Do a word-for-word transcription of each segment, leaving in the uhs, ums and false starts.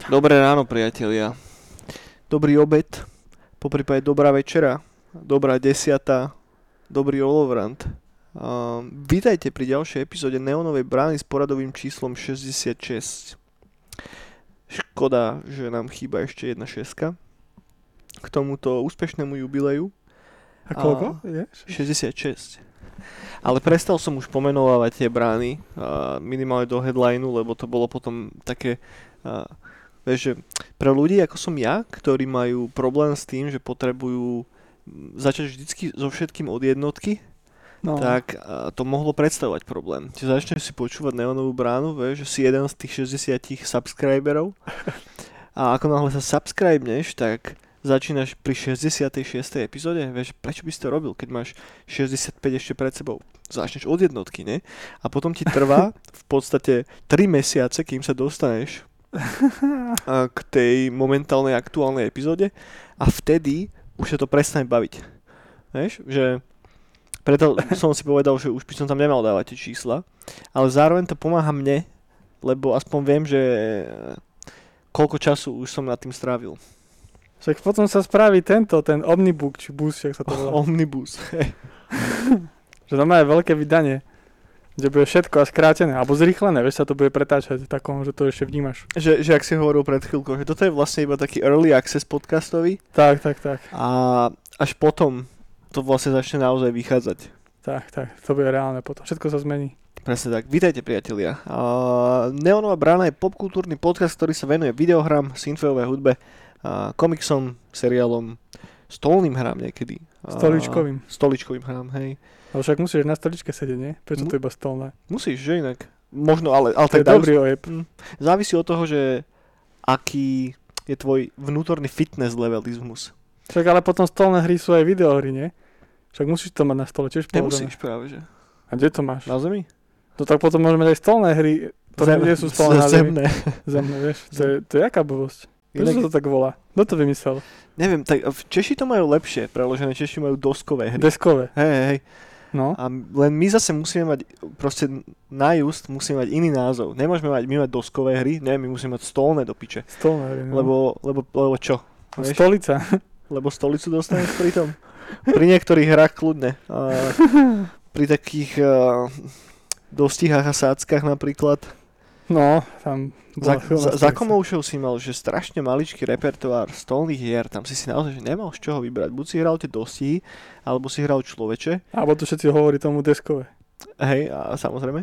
Dobré ráno, priatelia. Dobrý obed, poprípade dobrá večera, dobrá desiata, dobrý olovrant. Uh, vítajte pri ďalšej epizóde Neonovej brány s poradovým číslom šesťdesiatšesť. Škoda, že nám chýba ešte jedna šeska k tomuto úspešnému jubileju. A koľko je? šesťdesiatšesť. Ale prestal som už pomenovávať tie brány, uh, minimálne do headlineu, lebo to bolo potom také... Uh, Vieš, že pre ľudí ako som ja, ktorí majú problém s tým, že potrebujú začať vždycky so všetkým od jednotky, no. tak a, to mohlo predstavovať problém. Čiže začneš si počúvať Neonovú bránu, vieš, že si jeden z tých šesťdesiat subscriberov a ako náhle sa subscribeneš, tak začínaš pri šesťdesiatej šiestej epizóde, vieš, prečo by si to robil, keď máš šesťdesiatpäť ešte pred sebou? Začneš od jednotky, ne? A potom ti trvá v podstate tri mesiace, kým sa dostaneš k tej momentálnej aktuálnej epizóde a vtedy už sa to prestane baviť. Vieš, že preto som si povedal, že už by som tam nemal dávať tie čísla, ale zároveň to pomáha mne, lebo aspoň viem, že koľko času už som nad tým strávil. Však potom sa spraví tento, ten omnibus, či bus, jak sa to volá. Omnibus, hej. Že to má aj veľké vydanie. Že bude všetko a skrátené, alebo zrýchlené, vieš, sa to bude pretáčať takom, že to ešte vnímaš. Že, že ak si hovoril pred chvíľkou, že toto je vlastne iba taký early access podcastový. Tak, tak, tak. A až potom to vlastne začne naozaj vychádzať. Tak, tak, to bude reálne potom. Všetko sa zmení. Presne tak. Vítajte, priatelia. Uh, Neonová brána je popkultúrny podcast, ktorý sa venuje videohrám, synthwaveovej hudbe, uh, komiksom, seriálom, stolným hrám niekedy. Stoličkovým. Uh, stoličkovým hrám, hej. Ale však musíš na stoličke sedieť, nie? Prečo to iba stolné? Musíš, že inak. Možno, ale, ale to tak je dobrý ojeb. Závisí od toho, že aký je tvoj vnútorný fitness levelizmus. Však ale potom stolné hry sú aj videohry, nie? Však musíš to mať na stole tiež položené. Nemusíš práve, že? A kde to máš? Na zemi? No tak potom môžeme mať aj stolné hry, ktoré nie sú stolné na zemi. Zemné. Zemné, vieš. To je, to je jaká blbosť? Prečo sa to tak volá? Kto to vymyslel? Neviem, tak Češi to majú lepšie preložené. Češi majú doskové hry. Deskové. Hej, hej. No. A len my zase musíme mať, proste na just musíme mať iný názov. Nemôžeme mať, my mať doskové hry, ne, my musíme mať stolné do piče. Stolné hry, no. Lebo, lebo, lebo čo? Vieš? Stolica. Lebo stolicu dostaneš pri tom. Pri niektorých hrách kľudne. A pri takých uh, dostihách a sáckach napríklad. No, tam... Za, za, za komoušov si mal, že strašne maličký repertoár stolných hier, tam si si naozaj že nemal z čoho vybrať. Buď si hral tie dostihy, alebo si hral človeče. Alebo to všetci hovorí tomu deskové. Hej, a samozrejme.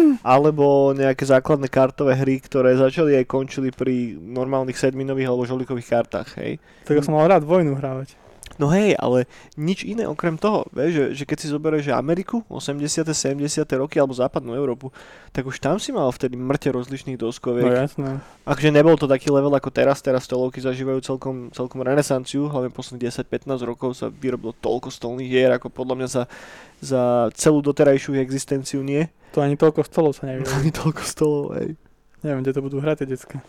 Alebo nejaké základné kartové hry, ktoré začali aj končili pri normálnych sedminových alebo žolikových kartách, hej. Tak ja som mal rád vojnu hrávať. No hej, ale nič iné okrem toho, vieš, že, že keď si zoberieš že Ameriku, osemdesiate sedemdesiate roky alebo západnú Európu, tak už tam si mal vtedy mŕte rozličných doskoviek. No jasné. Akže nebol to taký level ako teraz, teraz stolovky zažívajú celkom, celkom renesanciu, hlavne posledných desať pätnásť rokov sa vyrobilo toľko stolných hier, ako podľa mňa za, za celú doterajšiu existenciu nie. To ani toľko stolov sa nevie. Ani toľko stolov, hej. Neviem, kde to budú hrať tie decka.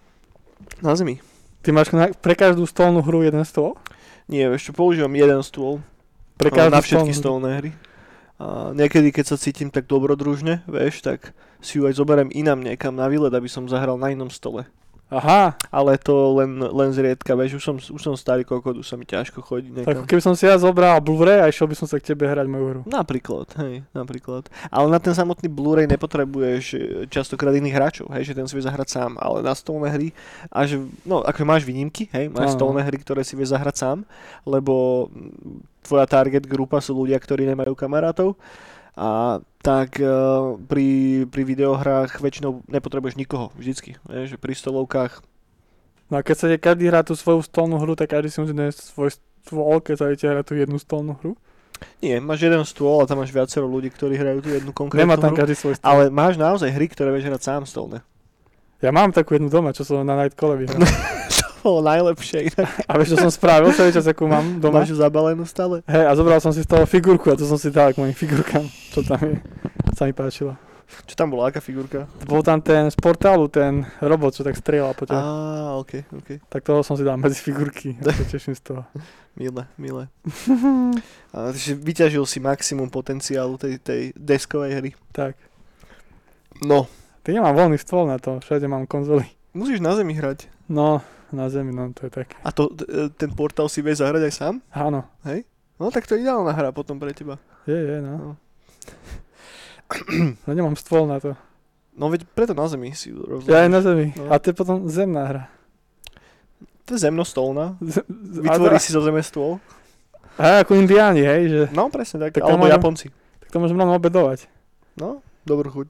Na zemi. Ty máš na, pre každú stolnú hru jeden stôl? Nie, ešte používam jeden stôl pre na všetky stolné hry. A niekedy, keď sa cítim tak dobrodružne, vieš, tak si ju aj zoberiem inám niekam na výlet, aby som zahral na inom stole. Aha. Ale to len, len zriedka, vieš, už som, už som starý kokot, už sa mi ťažko chodí niekam. Tak keby som si ja zobral Blu-ray a išiel by som sa k tebe hrať moju hru. Napríklad, hej, napríklad. Ale na ten samotný Blu-ray nepotrebuješ častokrát iných hráčov, hej, že ten si vie zahrať sám, ale na stolné hry, až, no, ako máš výnimky, hej, máš no. stolné hry, ktoré si vie zahrať sám, lebo tvoja target grupa sú ľudia, ktorí nemajú kamarátov. A tak uh, pri, pri videohrách väčšinou nepotrebuješ nikoho, vždycky, vieš, že pri stolovkách. No a keď sa každý hrá tú svoju stolnú hru, tak každý si musí nájsť svoj stôl, keď sa idete hrať tú jednu stolnú hru? Nie, máš jeden stôl a tam máš viacero ľudí, ktorí hrajú tú jednu konkrétnu Nemá tam hru, každý svoj stôl. ale máš naozaj hry, ktoré vieš hrať sám stolné. Ja mám takú jednu doma, čo som na Nightcole vyhral. To bolo najlepšie inak. A vieš, čo som spravil celý čas, akú mám doma? Máš ju zabalenú stále? Hej, a zobral som si z toho figurku a to som si dal k mojim figurkám, čo tam je. Sa mi páčilo. Čo tam bola, aká figurka? Bol tam ten z portálu, ten robot, čo tak strieľal po tebe. Á, okej, okay, okej. Okay. Tak toho som si dal medzi figurky. Ja sa teším z toho. Milé, milé. A, takže vyťažil si maximum potenciálu tej, tej deskovej hry. Tak. No. Ty nemám voľný stôl na to, všade mám konzoly. Musíš na zemi hrať. No, na zemi, no to je také. A to, t- ten portál si vieš zahrať aj sám? Áno. Hej? No tak to je ideálna hra potom pre teba. Je, je, no. No. No nemám stôl na to. No veď preto na zemi si ju rozložíš. Ja aj na zemi. No. A to je potom zemná hra. To je zemnostolná. Z- Vytvorí a, si zo zeme stôl. a ako indiáni, hej, že No presne tak. Tak to Alebo môžem- Japonci. tak to môžem len obedovať. No, dobrú chuť.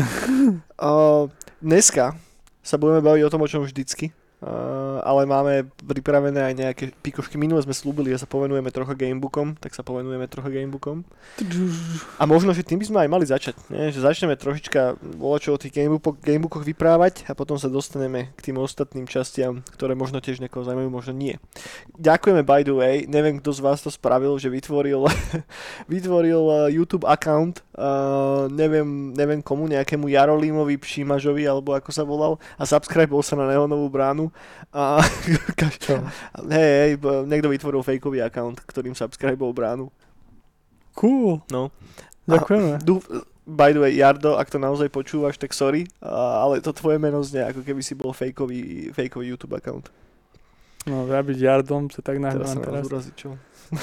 uh, dneska sa budeme baviť o tom, o čom vždycky. Uh, ale máme pripravené aj nejaké pikošky. Minule sme slúbili, že sa povenujeme trocha gamebookom, tak sa povenujeme trocha gamebookom. A možno, že tým by sme aj mali začať. Nie? Že začneme trošička volačo o tých gamebook, gamebookoch vyprávať a potom sa dostaneme k tým ostatným častiam, ktoré možno tiež niekoho zaujímajú, možno nie. Ďakujeme by the way. Neviem, kto z vás to spravil, že vytvoril, vytvoril uh, YouTube account. Uh, neviem, neviem komu, nejakému Jarolímovi Pšímažovi, alebo ako sa volal. A subscribol sa na Neonovú bránu. A Čo? hej, hej, b- niekto vytvoril fejkový account, ktorým subscribol bránu. Cool. No. Ďakujeme. Dú- by the way, Jardo, ak to naozaj počúvaš, tak sorry, a, ale to tvoje meno znie, ako keby si bol fejkový, fejkový YouTube account. No, ja byť Jardom sa tak Teraz sa nahrám nás teraz. urazí, čo?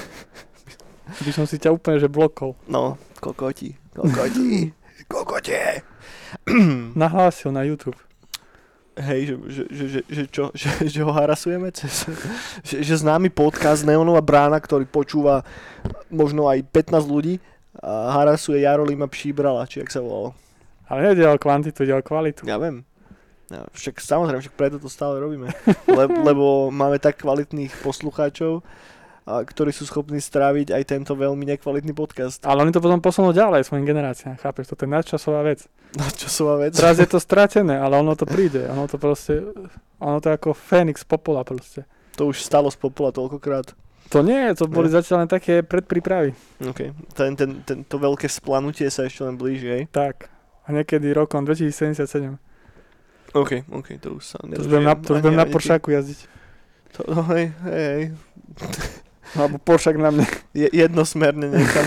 By som si ťa úplne že blokol. No, kokoti, kokoti, kokote. Nahlásil na YouTube. Hej, že, že, že, že, že čo, že, že ho harasujeme cez, že, že známy podcast Neonová brána, ktorý počúva možno aj pätnásť ľudí a harasuje Jarolíma Pšíbrala, či jak sa volalo. Ale nejde o kvantitu, ide o kvalitu. Ja viem. Ja, však samozrejme, však preto to stále robíme. Le, lebo máme tak kvalitných poslucháčov, a, ktorí sú schopní stráviť aj tento veľmi nekvalitný podcast. Ale oni to potom posunú ďalej svojim generáciám, chápeš? To je nadčasová vec. No, časová vec. Teraz je to stratené, ale ono to príde. Ono to proste, ono to je ako Fénix Popula proste. To už stalo z popola toľkokrát. To nie, to boli Ne. zatiaľ len také predprípravy. OK. Ten, ten, ten, to veľké splanutie sa ešte len blíži, hej? Tak. A niekedy rokom dvetisícsedemdesiatsedem. OK, OK, to už sa To už budem na, to už budem na Poršáku jazdiť. To, no, hej, hej, hej. Alebo Poršák na mne. Je, jednosmerne niekam.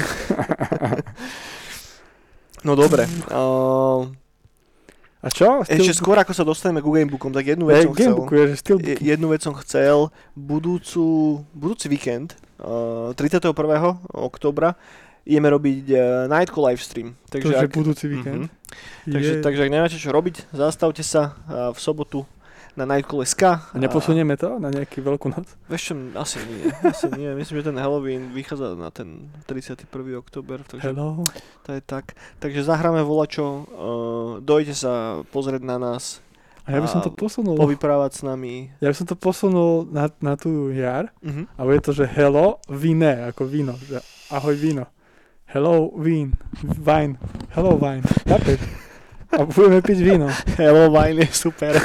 No dobre. Uh, A čo? ešte skôr ako sa dostaneme ku gamebookom, tak jednu vec Hey, som chcel. Gamebooku je, že steelbooky. Je- Jednu vec som chcel. Budúcu, budúci víkend, uh, tridsiateho prvého októbra, ideme robiť uh, Nightcall livestream. To Takže už je ak, budúci víkend. Mhm. takže, Je. takže ak nemáte čo robiť, zastavte sa uh, v sobotu na Nightcall bodka es ká. A neposunieme to na nejaký veľkú noc? Vieš čo, asi nie, asi nie. Myslím, že ten Halloween vychádza na ten tridsiateho prvého október, takže Hello. to je tak. Takže zahráme volačo, uh, dojte sa pozrieť na nás, A ja by som A to posunul. povyprávať s nami. Ja by som to posunul na, na tú jar. Uh-huh. A bude to, že hello, vine, ako víno. Že ahoj víno. Hello, vín. Wine. Hello, wine. Chápeš? A budeme piť víno. Hello Wine je super.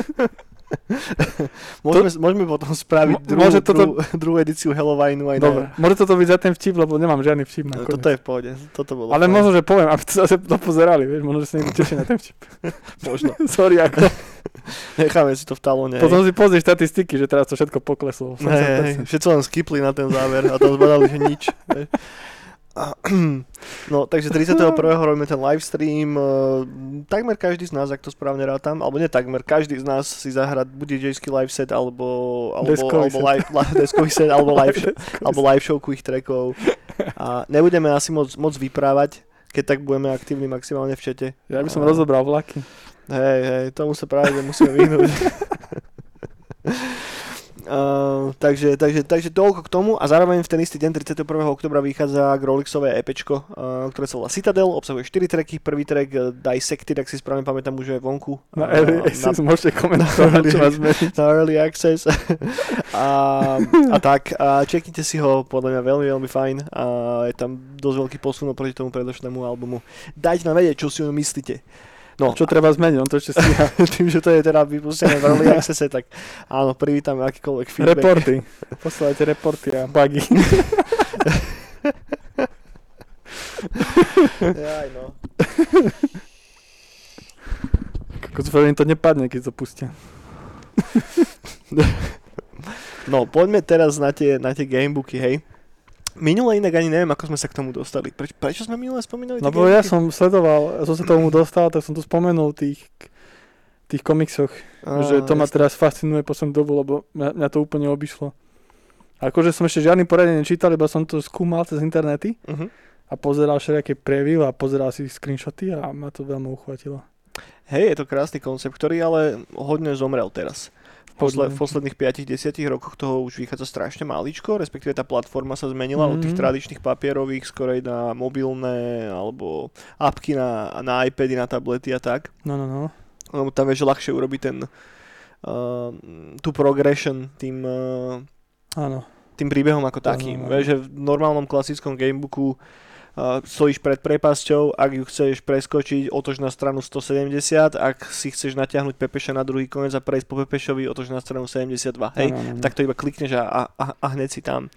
môžeme, môžeme potom spraviť Mo- druhú, môže toto- druhú, druhú edíciu Hello Wineu aj Dobre. na... Môže toto byť za ten vtip, lebo nemám žiadny vtip na No, koniec. toto je v pohode, toto bolo Ale fajn. možno, že poviem, aby to zase dopozerali, vieš, možno, že sa niekto teší na ten vtip. Možno. Sorry, ako. Necháme si to v talóne. Potom si pozri štatistiky, že teraz to všetko pokleslo. hej, hej, hej, všetci len skipli na ten záver a to zbadali, že nič. Hej. A- No, takže tridsiateho prvého robíme ten livestream. eh, Takmer každý z nás, ak to správne rátam, alebo nie takmer, každý z nás si zahrá buď dý džejský live set, alebo, alebo, Deskový alebo set. live, live, deskový set, alebo live, show, alebo live showku ich trackov. A nebudeme asi moc, moc vyprávať, keď tak budeme aktívni maximálne v čete. Ja by som A- rozobral vlaky. Hej, hej, tomu sa práve že musíme vyhnúť. Uh, takže, takže, takže toľko k tomu a zároveň v ten istý deň tridsiateho prvého októbra vychádza Grolixové EPčko, uh, ktoré sa volá Citadel, obsahuje štyri tracky, prvý track uh, Dissected, ak si správne pamätám, už je vonku. Na Uh, Early Access môžete komentovať, čo vás zmeniť. na Early Access a, a tak, a checknite si ho, podľa mňa veľmi, veľmi fajn a je tam dosť veľký posun oproti tomu predošlému albumu. Dajte nám vedieť, čo si o ňom myslíte. No, Čo treba zmeniť, on to ešte stíha. tým, že to je teda vypustené v Early Accesse, tak áno, privítame akýkoľvek feedback. Reporty. Posielajte reporty a bugy. Jaj, no. Ako to im to nepadne, keď to pustia. No, poďme teraz na tie, na tie gamebooky, hej. Minule inak ani neviem, ako sme sa k tomu dostali. Preč, prečo sme minule spomínali tie No bo ja gamebooky? som sledoval, ja som sa tomu dostal, tak som tu spomenul tých tých komiksoch. Á, že to ma jasne. teraz fascinuje poslednú dobu, lebo mňa, mňa to úplne obišlo. Akože som ešte žiadny poriadne nečítal, iba som to skúmal cez internety Uh-huh. a pozeral všelijaké preview a pozeral si screenshoty a ma to veľmi uchvátilo. Hej, je to krásny koncept, ktorý ale hodne zomrel teraz. V, posle, v posledných päť až desať rokoch toho už vychádza strašne maličko, respektíve tá platforma sa zmenila mm-hmm. od tých tradičných papierových skorej na mobilné alebo apky na, na iPady, na tablety a tak. No, no, no. Lebo tam vieš ľahšie urobiť ten uh, tú progression tým, uh, Áno. tým príbehom ako takým. No, no, no. Vieš, že v normálnom klasickom gamebooku Uh, stojíš pred prepasťou, ak ju chceš preskočiť, otoč na stranu stosedemdesiat, ak si chceš natiahnuť Pepeša na druhý koniec a prejsť po Pepešovi, otoč na stranu sedemdesiatdva. Hej, No, no, no. tak to iba klikneš a, a, a hneď si tam.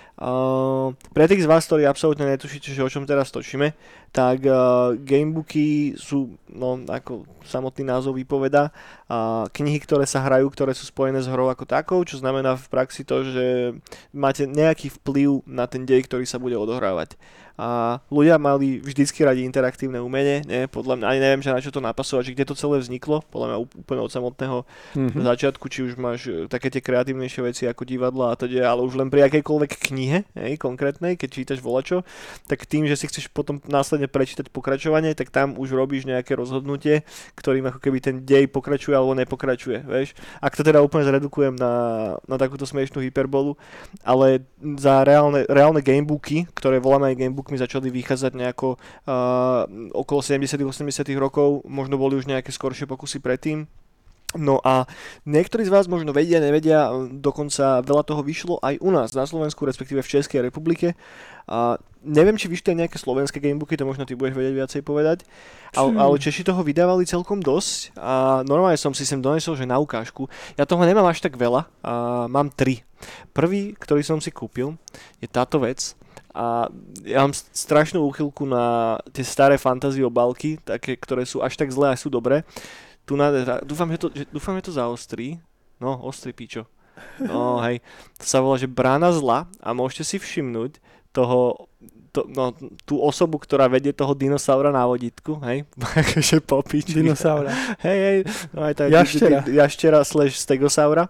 Uh, pre tých z vás, ktorí absolútne netušíte, že o čom teraz točíme, tak uh, gamebooky sú, no ako samotný názov vypovedá, uh, knihy, ktoré sa hrajú, ktoré sú spojené s hrou ako takou, čo znamená v praxi to, že máte nejaký vplyv na ten dej, ktorý sa bude odohrávať. A ľudia mali vždycky radi interaktívne umenie, nie? Podľa mňa, ani neviem, že na čo to napasovať, že kde to celé vzniklo, podľa mňa úplne od samotného Mm-hmm. začiatku, či už máš e, také tie kreatívnejšie veci ako divadla a teda, ale už len pri akejkoľvek knihe, hej, konkrétnej, keď čítaš volačo, tak tým, že si chceš potom následne prečítať pokračovanie, tak tam už robíš nejaké rozhodnutie, ktorým ako keby ten dej pokračuje alebo nepokračuje, vieš. Ak to teda úplne zredukujem na, na takúto smiešnú hyperbolu, ale za reálne, reálne gamebooky, ktoré voláme aj gamebookmi, začali vychádzať nejako uh, okolo sedemdesiatych osemdesiatych rokov, možno boli už nejaké skoršie pokusy predtým. No a niektorí z vás možno vedia, nevedia, dokonca veľa toho vyšlo aj u nás na Slovensku, respektíve v Českej republike. A neviem, či vyšli aj nejaké slovenské gamebooky, to možno ty budeš vedieť viacej povedať, ale, ale Češi toho vydávali celkom dosť a normálne som si sem donesol, že na ukážku. Ja toho nemám až tak veľa, a mám tri. Prvý, ktorý som si kúpil, je táto vec. A ja mám strašnú úchylku na tie staré fantasy obálky, také, ktoré sú až tak zlé a sú dobré. Tu na, dúfam, že to, že, dúfam, že to zaostrí. No, ostri pičo. No, hej. To sa volá, že Brána zla a môžete si všimnúť toho, to, no, tú osobu, ktorá vedie toho dinosaura na vodítku, hej. Akože popič. Dinosaura. Hej, hej. No, aj tak, Jaštera. Jaštera slash stegosaura.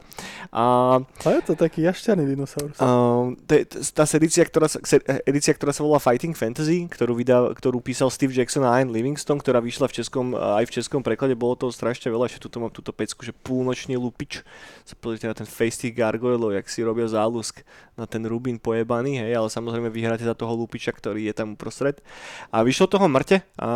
A A je to taký jašťarný dinosaurus. Um, tá edícia, ktorá sa, edícia, ktorá sa volá Fighting Fantasy, ktorú, vydal, ktorú písal Steve Jackson a Ian Livingstone, ktorá vyšla v českom, aj v českom preklade, bolo toho strašne veľa, že tuto mám túto pecku, že púnočný lupič. Sa pozrite na ten face tých gargoylov, jak si robia zálusk na ten rubín pojebaný, hej, ale samozrejme vyhráte za toho lupiča, ktorý je tam uprostred. A vyšlo toho mŕte a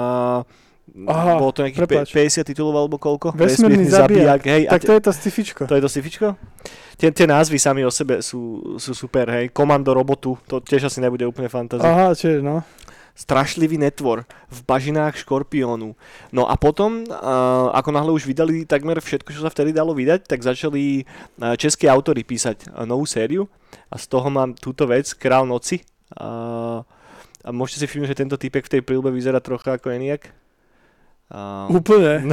Aha, bolo to nejakých prepáč. päťdesiat titulov alebo koľko? Vesmírny zabijak. Hej, Tak to je to sci-fičko. to je to sci-fičko? Tie, tie názvy sami o sebe sú, sú super, hej. Komando robotu, to tiež asi nebude úplne fantasy. Aha, čiže no. Strašlivý netvor v bažinách škorpiónu. No a potom, uh, ako náhle už vydali takmer všetko, čo sa vtedy dalo vydať, tak začali uh, českí autori písať uh, novú sériu a z toho mám túto vec, Král noci. Uh, a môžete si všimnúť, že tento typek v tej príľbe vyzerá trocha ako Eniak. Uh, Úplne.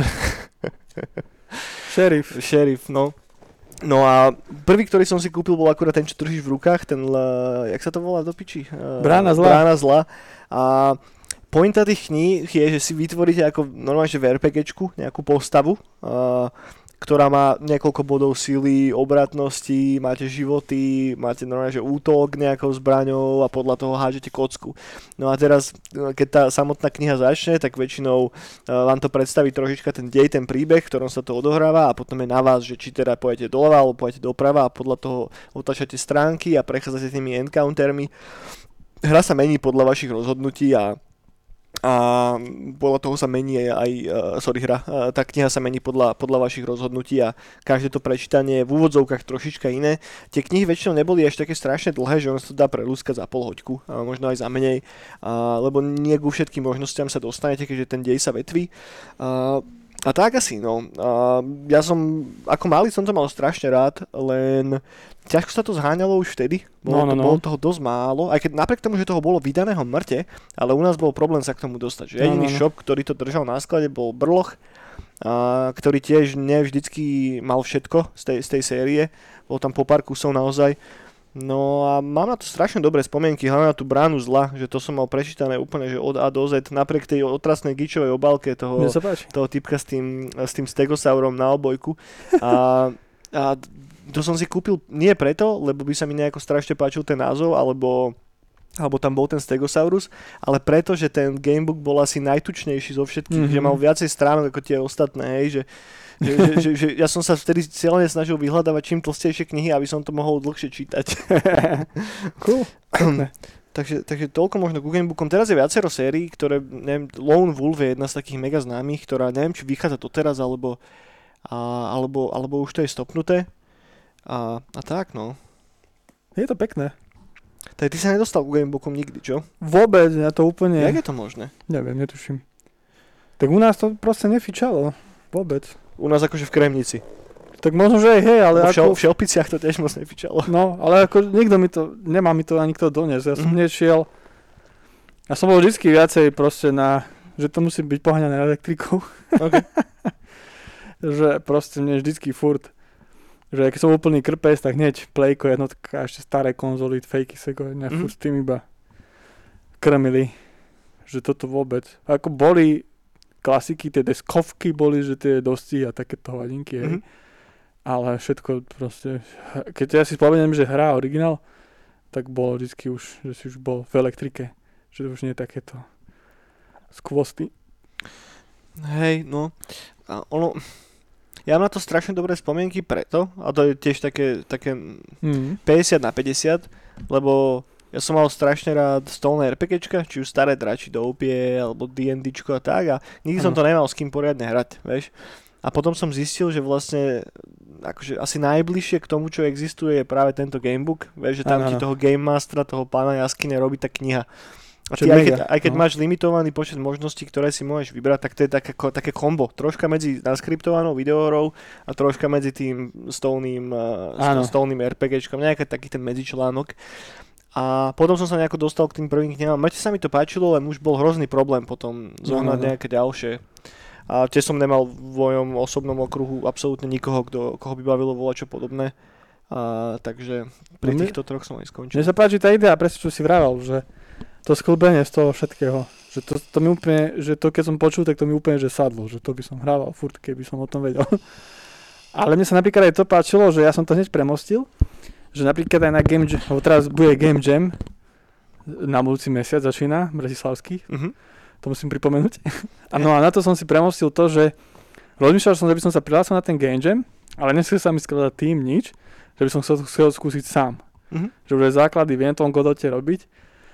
Šerif. Šerif, no. No a prvý, ktorý som si kúpil, bol akurát ten, čo držíš v rukách, ten, uh, jak sa to volá do piči? Uh, Brána zla. Brána zla. A pointa tých kníh je, že si vytvoríte ako normálne, že v RPGčku nejakú postavu, uh, ktorá má niekoľko bodov síly, obratnosti, máte životy, máte normálne, že útok nejakou zbraňou a podľa toho hážete kocku. No a teraz, keď tá samotná kniha začne, tak väčšinou uh, vám to predstaví trošička ten dej, ten príbeh, v ktorom sa to odohráva a potom je na vás, že či teda pôjdete doľava alebo pôjdete doprava a podľa toho otáčate stránky a prechádzate tými encountermi. Hra sa mení podľa vašich rozhodnutí a a podľa toho sa mení aj, aj uh, sorry hra, uh, tá kniha sa mení podľa, podľa vašich rozhodnutí a každé to prečítanie je v úvodzovkách trošička iné. Tie knihy väčšinou neboli až také strašne dlhé, že ono sa to dá prelúskať za pol hoďku, uh, možno aj za menej, uh, lebo nie ku všetkým možnostiam sa dostanete, keďže ten dej sa vetví. Uh, A tak asi, no. Uh, ja som, ako malý som to mal strašne rád, len ťažko sa to zháňalo už vtedy. Bolo, no, no, to, no. bolo toho dosť málo, aj keď napriek tomu, že toho bolo vydaného mŕte, ale u nás bol problém sa k tomu dostať. Že jediný no, no, no. shop, ktorý to držal na sklade, bol Brloch, uh, ktorý tiež nevždycky mal všetko z tej, z tej série. Bolo tam po pár kusov naozaj. No a mám na to strašne dobré spomienky, hlavne na tú bránu zla, že to som mal prečítané úplne, že od A do Z, napriek tej otrasnej gičovej obálke toho, toho typka s tým, s tým stegosaurom na obojku. A, a to som si kúpil nie preto, lebo by sa mi nejako strašne páčil ten názov, alebo alebo tam bol ten Stegosaurus, ale preto, že ten gamebook bol asi najtučnejší zo všetkých, mm-hmm. že mal viacej stránok ako tie ostatné, hej, že, že, že, že, že ja som sa vtedy cieľne snažil vyhľadávať čím tlstejšie knihy, aby som to mohol dlhšie čítať. Cool. takže, takže toľko možno ku gamebookom. Teraz je viacero sérií, ktoré, neviem, Lone Wolf je jedna z takých mega známych, ktorá neviem, či vychádza to teraz, alebo, a, alebo, alebo už to je stopnuté. A, a tak, no. Je to pekné. Tak ty sa nedostal ku gamebookom nikdy, čo? Vôbec, ja to úplne... Jak je to možné? Neviem, netuším. Tak u nás to proste nefičalo. Vôbec. U nás akože v Kremnici. Tak možno, že aj hej, ale v ako... V Šelpiciach to tiež moc nefičalo. No, ale ako nikto mi to... Nemá mi to ani kto doniesť. Ja som mm. nešiel... Ja som bol vždycky viacej proste na... Že to musí byť poháňané elektrikou. Okay. Že proste mne vždycky furt... Že keď som úplný krpec, tak hneď Playko jednotka, ešte staré konzoly, fejky seko, ne, mm-hmm. furt s tým iba krmili, že toto vôbec. Ako boli klasiky, tie deskovky boli, že tie dosti a takéto hodinky, mm-hmm. ale všetko proste, keď ja si spomeniem, že hrá originál, tak bolo vždycky už, že si už bol v elektrike, že to už nie je takéto skvosty. Hej, no, a ono... Ja mám na to strašne dobré spomienky preto, a to je tiež také, také mm. päťdesiat na päťdesiat, lebo ja som mal strašne rád stolné RPGčka, či už staré Drači do Upie, alebo D&Dčko a tak, a nikdy ano. som to nemal s kým poriadne hrať, vieš. A potom som zistil, že vlastne akože asi najbližšie k tomu, čo existuje, je práve tento gamebook, vieš, že tam ano, ti toho Game Mastera, toho pána Jaskyne robí tá kniha. A ty, aj keď, aj keď no. máš limitovaný počet možností, ktoré si môžeš vybrať, tak to je také, také kombo. Troška medzi naskriptovanou videohrou a troška medzi tým stolným, uh, stolným RPGčkom, nejaký taký ten medzičlánok. A potom som sa nejako dostal k tým prvým knihám. Mŕte sa mi to páčilo, len už bol hrozný problém potom zohnať no, no, no. nejaké ďalšie. A tiež som nemal v mojom osobnom okruhu absolútne nikoho, kto, koho by bavilo volať čo podobné. A, takže pri no týchto troch som aj skončil. Mne sa páči tá idea, presne čo si vravel, že to sklbenie z toho všetkého, že to, to mi úplne, že to keď som počul, tak to mi úplne, že sadlo, že to by som hrával furt, keby som o tom vedel. Ale mne sa napríklad aj to páčilo, že ja som to hneď premostil, že napríklad aj na Game Jam, alebo teraz bude Game Jam, na budúci mesiac začína, bratislavský, uh-huh. to musím pripomenúť. A no a na to som si premostil to, že rozmýšľal som, že by som sa prihlásil na ten Game Jam, ale nechcel sa mi skladať tým nič, že by som chcel, chcel skúsiť sám. Uh-huh. Že už aj základy viem tom Godote robiť.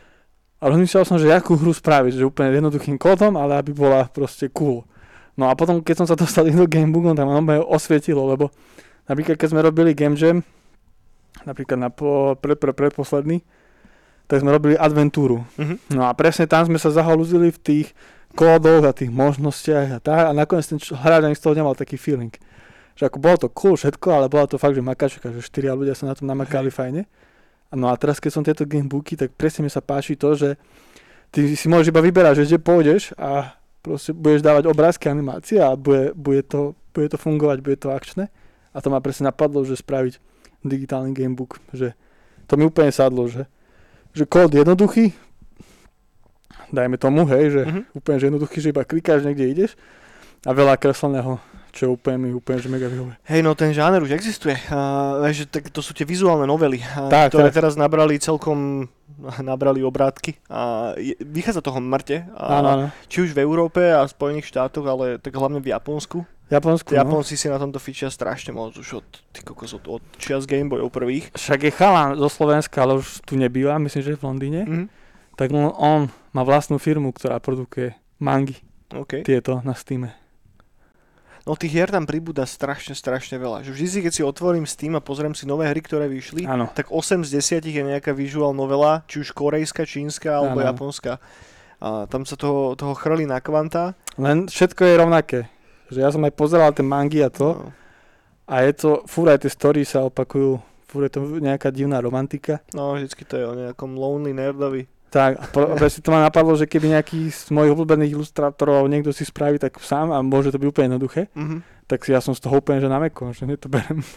A rozmýšľal som, že akú hru spraviť, že úplne jednoduchým kódom, ale aby bola proste cool. No a potom, keď som sa dostal do gamebookom, tam ma osvietilo, lebo napríklad, keď sme robili Game Jam, napríklad na po, pred, pred, predposledný, tak sme robili adventúru. Uh-huh. No a presne tam sme sa zahalúzili v tých kódoch a tých možnostiach a tak, a nakoniec ten hráč ani z toho nemal taký feeling. Že ako bolo to cool všetko, ale bola to fakt, že makačka, že štyria ľudia sa na tom namakali hey. Fajne. No a teraz, keď som tieto gamebooky, tak presne mi sa páči to, že ty si môžeš iba vyberať, že kde pôjdeš a proste budeš dávať obrázky, animácie a bude, bude, to, bude to fungovať, bude to akčné. A to ma presne napadlo, že spraviť digitálny gamebook, že to mi úplne sadlo, že, že kód jednoduchý, dajme tomu, hej, že mm-hmm. úplne že jednoduchý, že iba klikáš, niekde ideš a veľa kresleného, čo úplne mi úplne že mega vyhovuje. Hej, no ten žáner už existuje. Uh, že, tak to sú tie vizuálne novely, uh, tak, ktoré tak. Teraz nabrali celkom nabrali obrátky a je, vychádza toho mŕte. Áno, áno. Či už v Európe a Spojených štátoch, ale tak hlavne v Japonsku. Japonsku, Japonci no. si na tomto fičia strašne moc už od, ty kokos, od, od čias Gameboyov prvých. Však je chalán zo Slovenska, ale už tu nebýva, myslím, že v Londýne. Mm-hmm. Tak on, on má vlastnú firmu, ktorá produkuje mangy. Okay. Tieto na Steame. No tých hier tam pribúda strašne, strašne veľa. Že vždy si, keď si otvorím Steam a pozriem si nové hry, ktoré vyšli, ano. Tak osem z desať je nejaká visual novela, či už korejská, čínska alebo ano. Japonská. A tam sa toho, toho chrlí na kvanta. Len všetko je rovnaké. Že ja som aj pozeral tie mangy a to. No. A je to, fúr aj tie story sa opakujú. Fúr je to nejaká divná romantika. No, vždycky to je o nejakom lonely nerdovi. Tak, presne to ma napadlo, že keby nejaký z mojich obľúbených ilustrátorov niekto si spraví tak sám a môže to byť úplne jednoduché, mm-hmm. tak ja som z toho úplne že na meko, že ne to berem.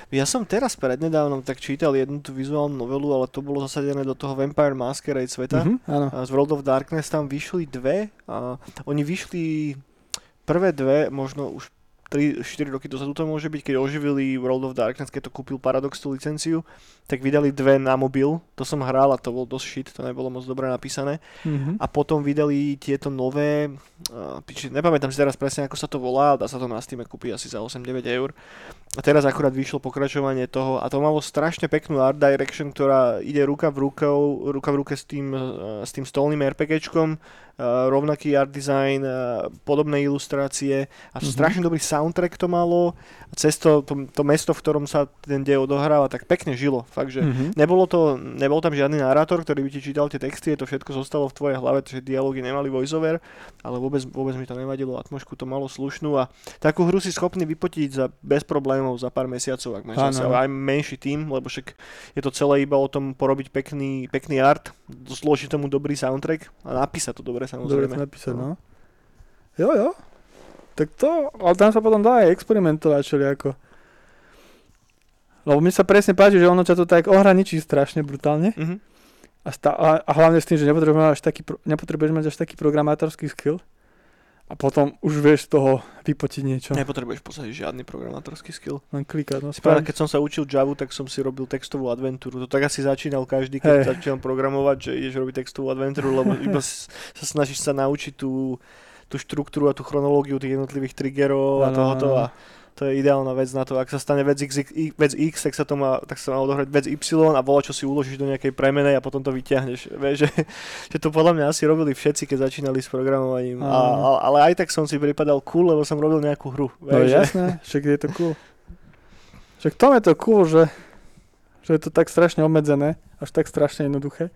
Ja som teraz prednedávnom tak čítal jednu tú vizuálnu novelu, ale to bolo zasadené do toho Vampire Masquerade sveta. Mhm, áno. A z World of Darkness tam vyšli dve a oni vyšli prvé dve, možno už tri štyri roky dozadu to môže byť, keď oživili World of Darkness, keď to kúpil Paradox tú licenciu, tak vydali dve na mobil, to som hral a to bol dosť shit, to nebolo moc dobre napísané. Mhm. A potom vydali tieto nové, uh, piči, nepamätám si teraz presne, ako sa to volá, dá sa to na Steame kúpiť asi za osem deväť eur. A teraz akurát vyšlo pokračovanie toho a to malo strašne peknú art direction, ktorá ide ruka v, rukou, ruka v ruke s tým, uh, s tým stolným RPGčkom, uh, rovnaký art design, uh, podobné ilustrácie a mm-hmm. strašne dobrý soundtrack to malo a cez to, to, to mesto, v ktorom sa ten dej odohráva, tak pekne žilo. Fakt, že mm-hmm. nebolo to, nebol tam žiadny narátor, ktorý by ti čítal tie texty, to všetko zostalo v tvojej hlave, že dialógy nemali voiceover, ale vôbec, vôbec mi to nevadilo, atmosféru to malo slušnú a takú hru si schopný vypotiť za, bez problémov za pár mesiacov, ak máš zase aj menší tým, lebo však je to celé iba o tom porobiť pekný, pekný art, zložiť tomu dobrý soundtrack a napísať to dobre samozrejme. Dobre to napísať, no. Jo, jo. Tak to, ale tam sa potom dá aj experimentovať všelijako. Lebo mi sa presne páči, že ono ťa to tak ohraničí strašne brutálne. Mm-hmm. A, stá, a, a hlavne s tým, že nepotrebuješ mať až taký, nepotrebuješ mať až taký programátorský skill. A potom už vieš z toho vypotiť niečo. Nepotrebuješ v podstate žiadny programátorský skill. Len klikať. No, Správne, keď som sa učil Javu, tak som si robil textovú adventúru. To tak asi začínal každý, keď hey. začínal programovať, že ideš robiť textovú adventúru, lebo iba sa snažíš sa naučiť tú, tú štruktúru a tú chronológiu tých jednotlivých triggerov a tohoto a to je ideálna vec na to, ak sa stane vec X, vec X tak sa to má, tak sa má odohrať vec Y a volá, čo si uložíš do nejakej premenej a potom to vyťahneš. Vieš, že, že to podľa mňa asi robili všetci, keď začínali s programovaním. A, a, ale aj tak som si pripadal cool, lebo som robil nejakú hru. Vieš, no jasné, však je to cool. Však tom je to cool, že, že je to tak strašne obmedzené, až tak strašne jednoduché.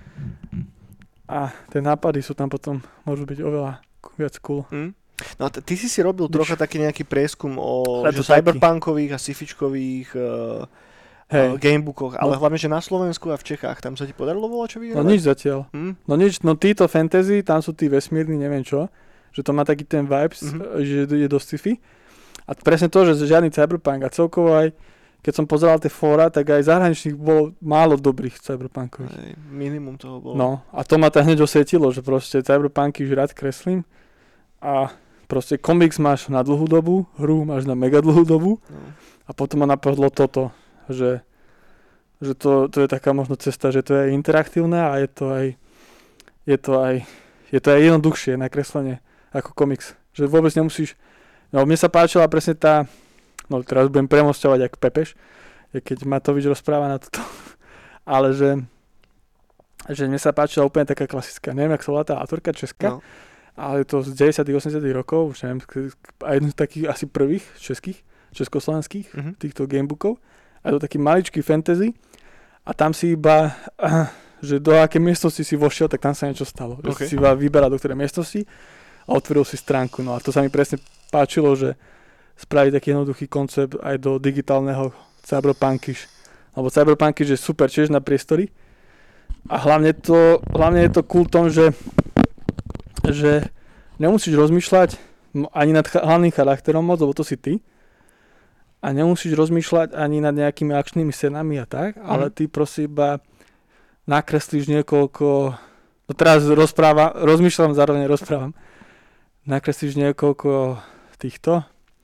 A tie nápady sú tam potom, môžu byť oveľa viac cool. Mm. No a t- ty si si robil trocha taký nejaký prieskum o cyberpunkových a sci-fičkových uh, uh, gamebookoch, ale no. hlavne, že na Slovensku a v Čechách, tam sa ti podarilo volať čo vyhrávať? No nič zatiaľ. Hmm? No nič, no títo fantasy, tam sú tí vesmírni, neviem čo, že to má taký ten vibes, mm-hmm. že je dosť sci-fi. A presne to, že žiadny cyberpunk a celkovo aj, keď som pozeral tie fóra, tak aj zahraničných bolo málo dobrých cyberpunkových. Aj, minimum toho bolo. No a to ma tak hneď osvietilo, že proste cyberpunky už rád kreslím a proste komiks máš na dlhú dobu, hru máš na mega dlhú dobu no. a potom ma napadlo toto, že, že to, to je taká možno cesta, že to je interaktívne a je to aj je to aj, je to aj jednoduchšie na kreslenie ako komiks. Že vôbec nemusíš, no mne sa páčila presne tá, no teraz budem premosťovať jak Pepeš, keď Matovič rozpráva na toto, ale že, že mne sa páčila úplne taká klasická, neviem, jak sa volá tá autorka česká, no. ale to z deväťdesiatych osemdesiatych rokov, už neviem, a jednu z takých asi prvých českých, československých mm-hmm. týchto gamebookov. A to taký maličký fantasy a tam si iba, že do aké miestnosti si vošiel, tak tam sa niečo stalo. Okay. Že si iba vyberal do ktorej miestnosti a otvoril si stránku. No a to sa mi presne páčilo, že spraviť taký jednoduchý koncept aj do digitálneho cyberpunkish. Lebo cyberpunkish je super tiež na priestory a hlavne, to, hlavne je to cool tom, že že nemusíš rozmýšľať ani nad hlavným charakterom moc, lebo to si ty. A nemusíš rozmýšľať ani nad nejakými akčnými scénami a tak, mm. ale ty prosím iba nakreslíš niekoľko, no teraz rozprávam, rozmýšľam, zároveň rozprávam, nakreslíš niekoľko týchto,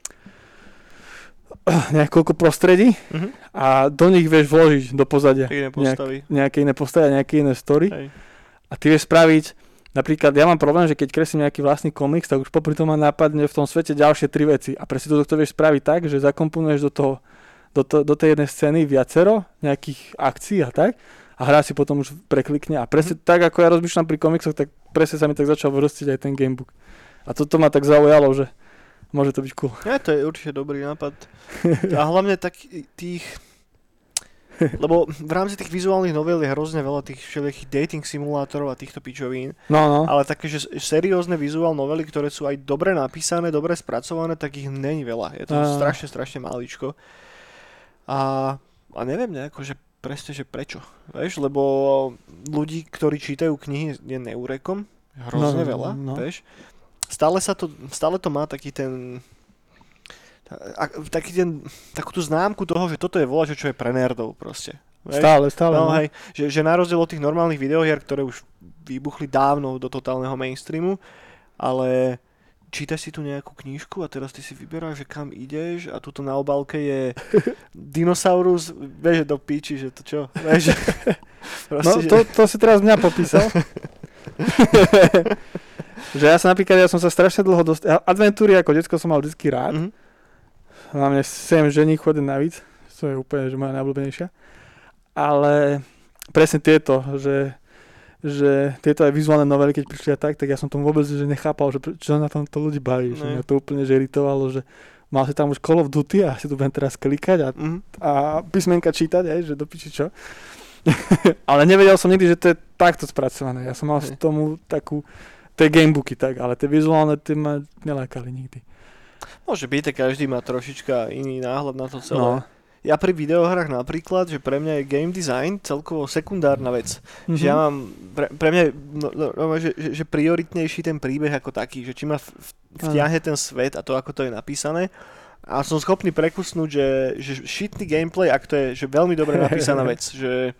niekoľko prostredí mm-hmm. a do nich vieš vložiť do pozadia nejak, nejaké iné postavy a nejaké iné story. Hej. A ty vieš spraviť. Napríklad ja mám problém, že keď kreslím nejaký vlastný komiks, tak už popri tom ma napadne v tom svete ďalšie tri veci. A presne toto to vieš spraviť tak, že zakomponuješ do toho, do, to, do tej jednej scény viacero nejakých akcií a tak. A hra si potom už preklikne. A presne mm. tak, ako ja rozmýšľam pri komiksoch, tak presne sa mi tak začal vrstiť aj ten gamebook. A toto ma tak zaujalo, že môže to byť cool. Ja, to je určite dobrý nápad. A hlavne tak tých... Lebo v rámci tých vizuálnych novel je hrozne veľa tých všelijakých dating simulátorov a týchto pičovín. No, no. Ale také, že seriózne vizuálne novely, ktoré sú aj dobre napísané, dobre spracované, tak ich není veľa. Je to no. strašne, strašne maličko. A, a neviem nejako, že presne, že prečo. Vieš, lebo ľudí, ktorí čítajú knihy, je neurekom. Hrozne no, veľa, no. vieš. Stále sa to, stále to má taký ten... a, taký ten, takú tú známku toho, že toto je volačo, čo je pre nerdov proste. Hej? Stále, stále. No, no. hej, že, že na rozdiel od tých normálnych videohier, ktoré už vybuchli dávno do totálneho mainstreamu, ale čítaš si tu nejakú knižku a teraz ty si vyberáš, že kam ideš a tuto na obálke je dinosaurus, vieš, že do píči, že to čo, vieš, že, proste, no to, to si teraz mňa popísal. Že ja sa napríklad, ja som sa strašne dlho dosť, adventúry ako detsko som mal vždycky rád, mm-hmm. hlavne sem žení chodím navíc, to je úplne, že moja najobľúbenejšia. Ale presne tieto, že, že tieto aj vizuálne novely, keď prišli a tak, tak ja som tomu vôbec že nechápal, že čo na tomto ľudí baví. Že mňa to úplne že iritovalo, že mal si tam už Call of Duty a si tu budem teraz klikať a, mm. a písmenka čítať, aj, že do piči čo. Ale nevedel som nikdy, že to je takto spracované. Ja som mal z tomu takú, tie gamebooky tak, ale tie vizuálne tie ma nelákali nikdy. Môže byť, každý má trošička iný náhľad na to celé. No. Ja pri videohrách napríklad, že pre mňa je game design celkovo sekundárna vec. Mm-hmm. Že ja mám, pre, pre mňa je no, no, že, že, že prioritnejší ten príbeh ako taký, že či ma vtiahne ten svet a to, ako to je napísané. A som schopný prekusnúť, že, že šitný gameplay, ak to je že veľmi dobre napísaná vec, že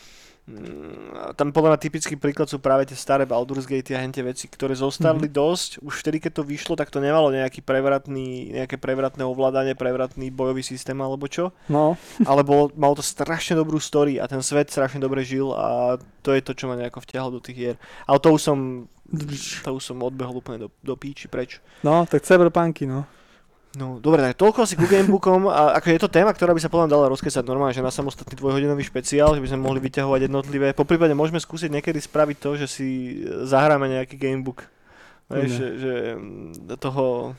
tam podľa mňa typický príklad sú práve tie staré Baldur's Gate a hentie veci, ktoré zostali mm-hmm. dosť. Už vtedy, keď to vyšlo, tak to nemalo nejaký prevratný, nejaké prevratné ovládanie, prevratný bojový systém alebo čo. No. Ale bolo, malo to strašne dobrú story a ten svet strašne dobre žil a to je to, čo ma nejako vtiahlo do tých hier. Ale to už som, to už som odbehol úplne do, do píči preč. No, tak cyberpunky, no. No, dobre, tak toľko asi ku gamebookom a ako je to téma, ktorá by sa podľa dala rozkesať normálne, že na samostatný dvojhodinový špeciál, že by sme mohli vyťahovať jednotlivé. Poprípade môžeme skúsiť niekedy spraviť to, že si zahráme nejaký gamebook. Vieš, že, že toho,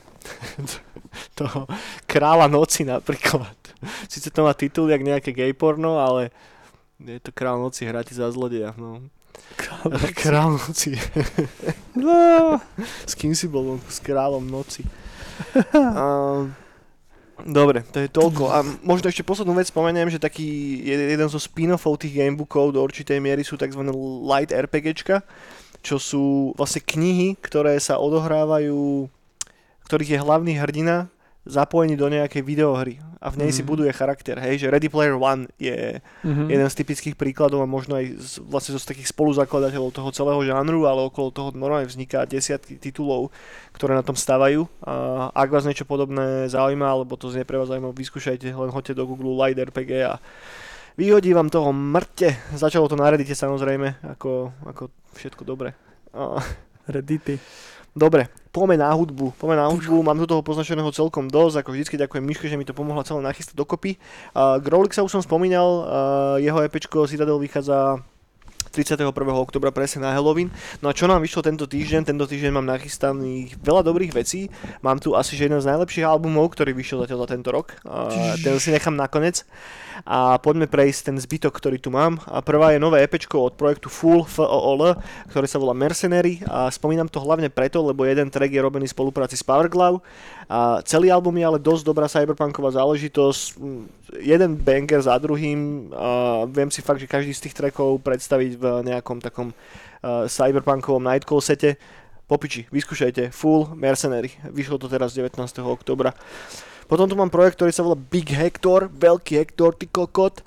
toho Kráľa noci napríklad. Sice to má titul jak nejaké gay porno, ale je to Král noci, hráti za zlodeja, no. Král noci. No. S kým si bol s Kráľom noci? Uh, dobre, to je toľko. A možno ešte poslednú vec spomeniem, že taký jeden zo spin-offov tých gamebookov do určitej miery sú tzv. Light RPGčka, čo sú vlastne knihy, ktoré sa odohrávajú, ktorých je hlavný hrdina zapojený do nejakej videohry a v nej mm. si buduje charakter, hej, že Ready Player One je mm-hmm. jeden z typických príkladov a možno aj z, vlastne z takých spoluzakladateľov toho celého žánru, ale okolo toho normálne vzniká desiatky titulov, ktoré na tom stavajú. A ak vás niečo podobné zaujíma, alebo to znie pre vás zaujímavé, vyskúšajte, len hoďte do Google Light er pé gé a vyhodí vám toho mŕte. Začalo to na Reddite samozrejme, ako, ako všetko dobre. A... Reddity. Dobre, poďme na hudbu, poďme na hudbu, mám tu toho poznačeného celkom dosť, ako vždycky ďakujem Miške, že mi to pomohla celé nachystať dokopy. Uh, Growlixa už som spomínal, uh, jeho EPčko Citadel vychádza tridsiateho prvého októbra presne na Halloween. No a čo nám vyšlo tento týždeň? Tento týždeň mám nachystaných veľa dobrých vecí. Mám tu asi že jeden z najlepších albumov, ktorý vyšiel zatiaľ za tento rok. Uh, ten si nechám nakoniec. A poďme prejsť ten zbytok, ktorý tu mám. A prvá je nové EPčko od projektu Fool, F O O L, ktoré sa volá Mercenary. A spomínam to hlavne preto, lebo jeden track je robený v spolupráci s Powerglove. A celý album je ale dosť dobrá cyberpunková záležitosť. Jeden banger za druhým. A viem si fakt, že každý z tých trackov predstaviť v nejakom takom uh, cyberpunkovom nightcall sete. Popiči, vyskúšajte. Fool, Mercenary. Vyšlo to teraz devätnásteho októbra. Potom tu mám projekt, ktorý sa volá Big Hector, veľký Hector, ty kokot.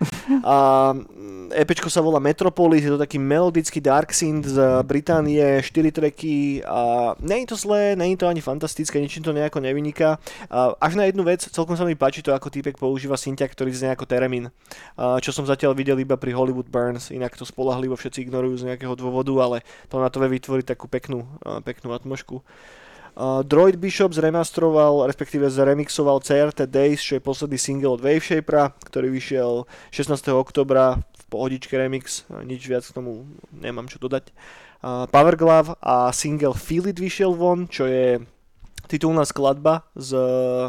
A EPčko sa volá Metropolis, je to taký melodický dark synth z Británie, štyri tracky a nie je to zlé, nie je to ani fantastické, ničím to nejako nevyniká. A až na jednu vec, celkom sa mi páči to, ako týpek používa synťak, ktorý znie ako Theremin, a čo som zatiaľ videl iba pri Hollywood Burns, inak to spoľahlivo všetci ignorujú z nejakého dôvodu, ale to na to vie vytvoriť takú peknú, peknú atmošku. Uh, Droid Bishop zremasteroval, respektíve zremixoval C R T Days, čo je posledný single od Waveshapera, ktorý vyšiel šestnásteho októbra v pohodičke remix, nič viac k tomu nemám čo dodať. Uh, Powerglove a single Feel It vyšiel von, čo je titulná skladba z, uh,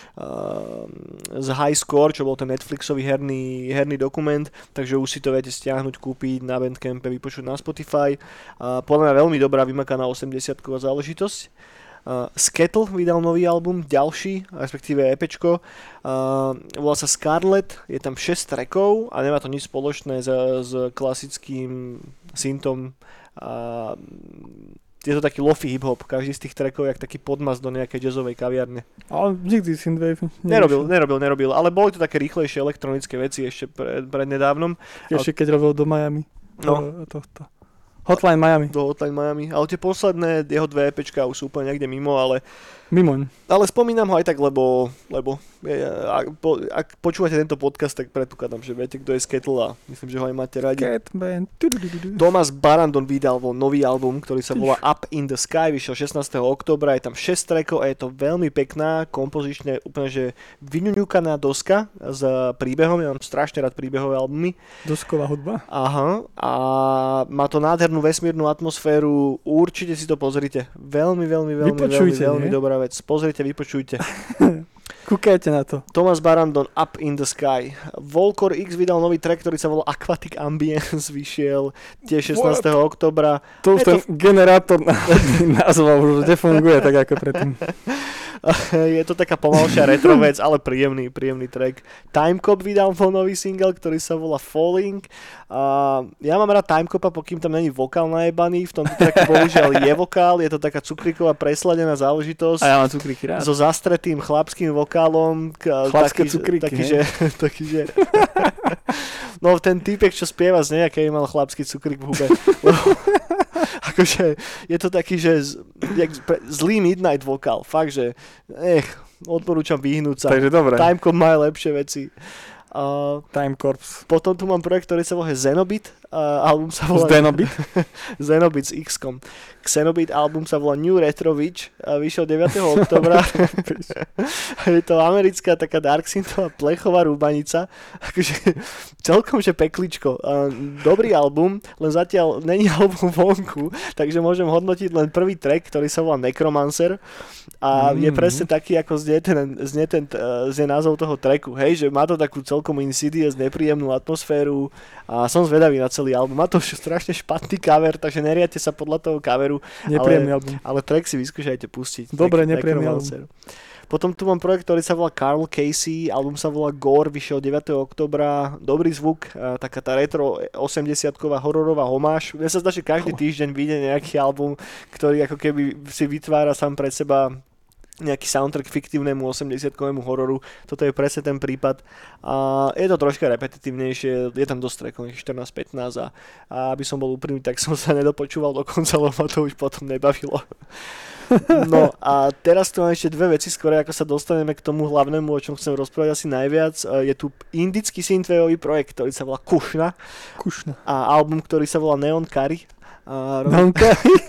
z High Score, čo bol ten Netflixový herný, herný dokument, takže už si to viete stiahnuť, kúpiť na Bandcampe, vypočuť na Spotify. Uh, podľa mňa veľmi dobrá vymakaná osemdesiatková záležitosť. Uh, Skettle vydal nový album, ďalší, respektíve EPčko, uh, volá sa Scarlet, je tam šesť trackov a nemá to nič spoločné s, s klasickým synthom uh, je to taký lofi hip-hop, každý z tých trackov je jak taký podmas do nejakej jazzovej kaviarne. Ale nikdy Synthwave Nerobil, nerobil, nerobil, ale boli to také rýchlejšie elektronické veci ešte pred, pred nedávnom. Ešte keď robil do Miami. No. To, to, to. Hotline Miami. Do Hotline Miami, ale tie posledné jeho dve EPčka už sú úplne niekde mimo, ale Mimoň. Ale spomínam ho aj tak, lebo, lebo ak, po, ak počúvate tento podcast, tak predpokladám, že viete, kto je Skettle a myslím, že ho aj máte radi. Catman. Thomas Barandon vydal vo nový album, ktorý sa volá Up in the Sky, vyšiel šestnásteho októbra, je tam šesť trackov a je to veľmi pekná, kompozične úplne, že vyňuňukaná doska s príbehom, ja mám strašne rád príbehové albumy. Dosková hudba. Aha, a má to nádhernú vesmírnu atmosféru, určite si to pozrite. Veľmi, veľmi, veľmi, Vypočujte, veľmi, veľmi nie? dobrá vec. Pozrite, vypočujte. Kúkajte na to. Thomas Barandon, Up in the Sky. Volcor X vydal nový track, ktorý sa volá Aquatic Ambience, vyšiel tiež šestnásteho októbra. To už Je ten to- generátor názva už nefunguje tak ako predtým. Je to taká pomalšia retro vec, ale príjemný, príjemný track. Timecop vydal vo nový single, ktorý sa volá Falling. A ja mám rád Timecopa, pokým tam není vokál najebaný. V tomto tracku bohužiaľ je vokál, je to taká cukríková presladená záležitosť. A ja mám cukríky rád. So zastretým chlapským vokálom. K, Chlapské taký, cukríky, taký, hej? že, taký, že... No ten týpek, čo spieva z nej, aký mal chlapský cukrík v hube. Akože je to taký, že z, jak, pre, zlý midnight vokál. Fakt, že ech, odporúčam vyhnúť sa. Takže dobre. Timecop má aj lepšie veci. Uh, Time Corps. potom tu mám projekt, ktorý sa volá Xenobit. Uh, album sa volá... Zdenobit. Xenobit s X-kom. Xenobit album sa volá New Retro Witch a vyšiel deviateho októbra. Je to americká taká dark synthová plechová rúbanica. Akože celkom, že pekličko. Uh, dobrý album, len zatiaľ není album vonku, takže môžem hodnotiť len prvý track, ktorý sa volá Necromancer a Mm. je presne taký, ako znie ten, znie ten uh, znie názov toho tracku. Hej, že má to takú celkom insidious, nepríjemnú atmosféru a som zvedavý na celý album. Má to strašne špatný cover, takže neriate sa podľa toho coveru, Nepríjemný album. ale track si vyskúšajte pustiť. Dobre, Nec- nepríjemný Necromancer. Potom tu mám projekt, ktorý sa volá Carl Casey, album sa volá Gore, vyšiel deviateho októbra, dobrý zvuk, a taká tá retro osemdesiatková hororová homáž. Mne sa zdá, že každý týždeň vyjde nejaký album, ktorý ako keby si vytvára sám pre seba nejaký soundtrack fiktívnemu osemdesiatkovému hororu. Toto je presne ten prípad. A je to troška repetitívnejšie, je tam dosť trackov, štrnásť pätnásť a, a aby som bol úprimný, tak som sa nedopočúval do konca, lebo ma to už potom nebavilo. No a teraz tu mám ešte dve veci, skôr ako sa dostaneme k tomu hlavnému, o čom chcem rozprávať asi najviac. Je tu indický synthwaveový projekt, ktorý sa volá Kushna Kušna. a album, ktorý sa volá Neon Curry. A robím, Donka.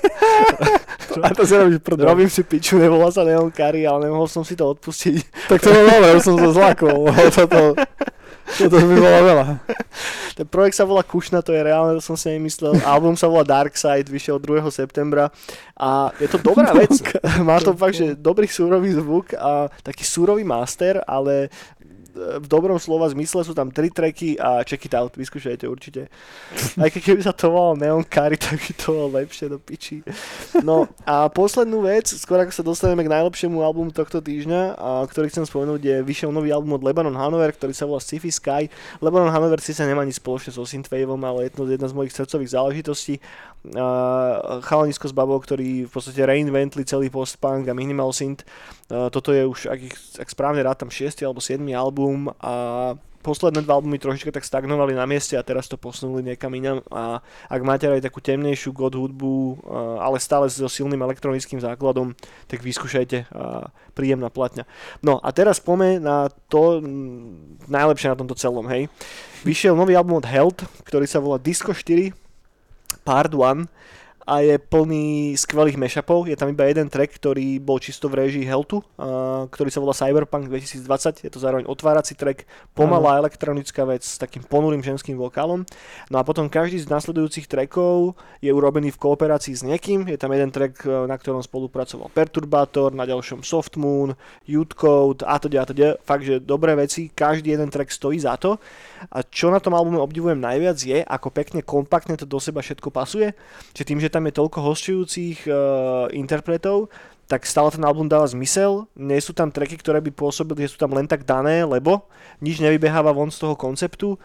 A to si robíš prdel. robím si piču, nevolá sa Neon Curry, ale nemohol som si to odpustiť. Tak to bolo dobré, už som to zlakol. Toto, toto by bolo veľa. Ten projekt sa volá Kushna, to je reálne, to som si nemyslel. Album sa volá Dark Side, vyšiel druhého septembra a je to dobrá vec. Má to fakt, že dobrý súrový zvuk a taký súrový master, ale v dobrom slova zmysle sú tam tri tracky a check it out, vyskúšajte určite. Aj keď keby sa to volalo Neon Curry, tak by to bolo lepšie do piči. No a poslednú vec, skôr ako sa dostaneme k najlepšiemu albumu tohto týždňa, a ktorý chcem spomenúť, je vyšiel nový album od Lebanon Hanover, ktorý sa volá Sci-Fi Sky. Lebanon Hanover síce nemá nič spoločné so synthwaveom, ale je to jedna z mojich srdcových záležitostí. Uh, chalanisko s babou, ktorí v podstate reinventli celý post-punk a minimal synth. Uh, toto je už, ak, ich, ak správne rátam, šiesty alebo siedmy album a posledné dva albumy trošička tak stagnovali na mieste a teraz to posunuli niekam inam a ak máte aj takú temnejšiu god hudbu, uh, ale stále so silným elektronickým základom, tak vyskúšajte, uh, príjemná platňa. No a teraz poďme na to mm, najlepšie na tomto celom, hej. Vyšiel nový album od Health, ktorý sa volá Disco štyri Part one a je plný skvelých mashupov. Je tam iba jeden track, ktorý bol čisto v réžii Healthu, uh, ktorý sa volá Cyberpunk dvetisícdvadsať. Je to zároveň otvárací track, pomalá elektronická vec s takým ponurým ženským vokálom. No a potom každý z nasledujúcich trackov je urobený v kooperácii s niekým. Je tam jeden track, na ktorom spolupracoval Perturbator, na ďalšom Soft Moon, Youth Code a teda a teda. Fakt, že dobré veci. Každý jeden track stojí za to. A čo na tom albume obdivujem najviac je, ako pekne kompaktne to do seba všetko pasuje. Že tým, že tam je toľko hostujúcich uh, interpretov, tak stále ten album dáva zmysel. Nie sú tam tracky, ktoré by pôsobili, že sú tam len tak dané, lebo nič nevybeháva von z toho konceptu.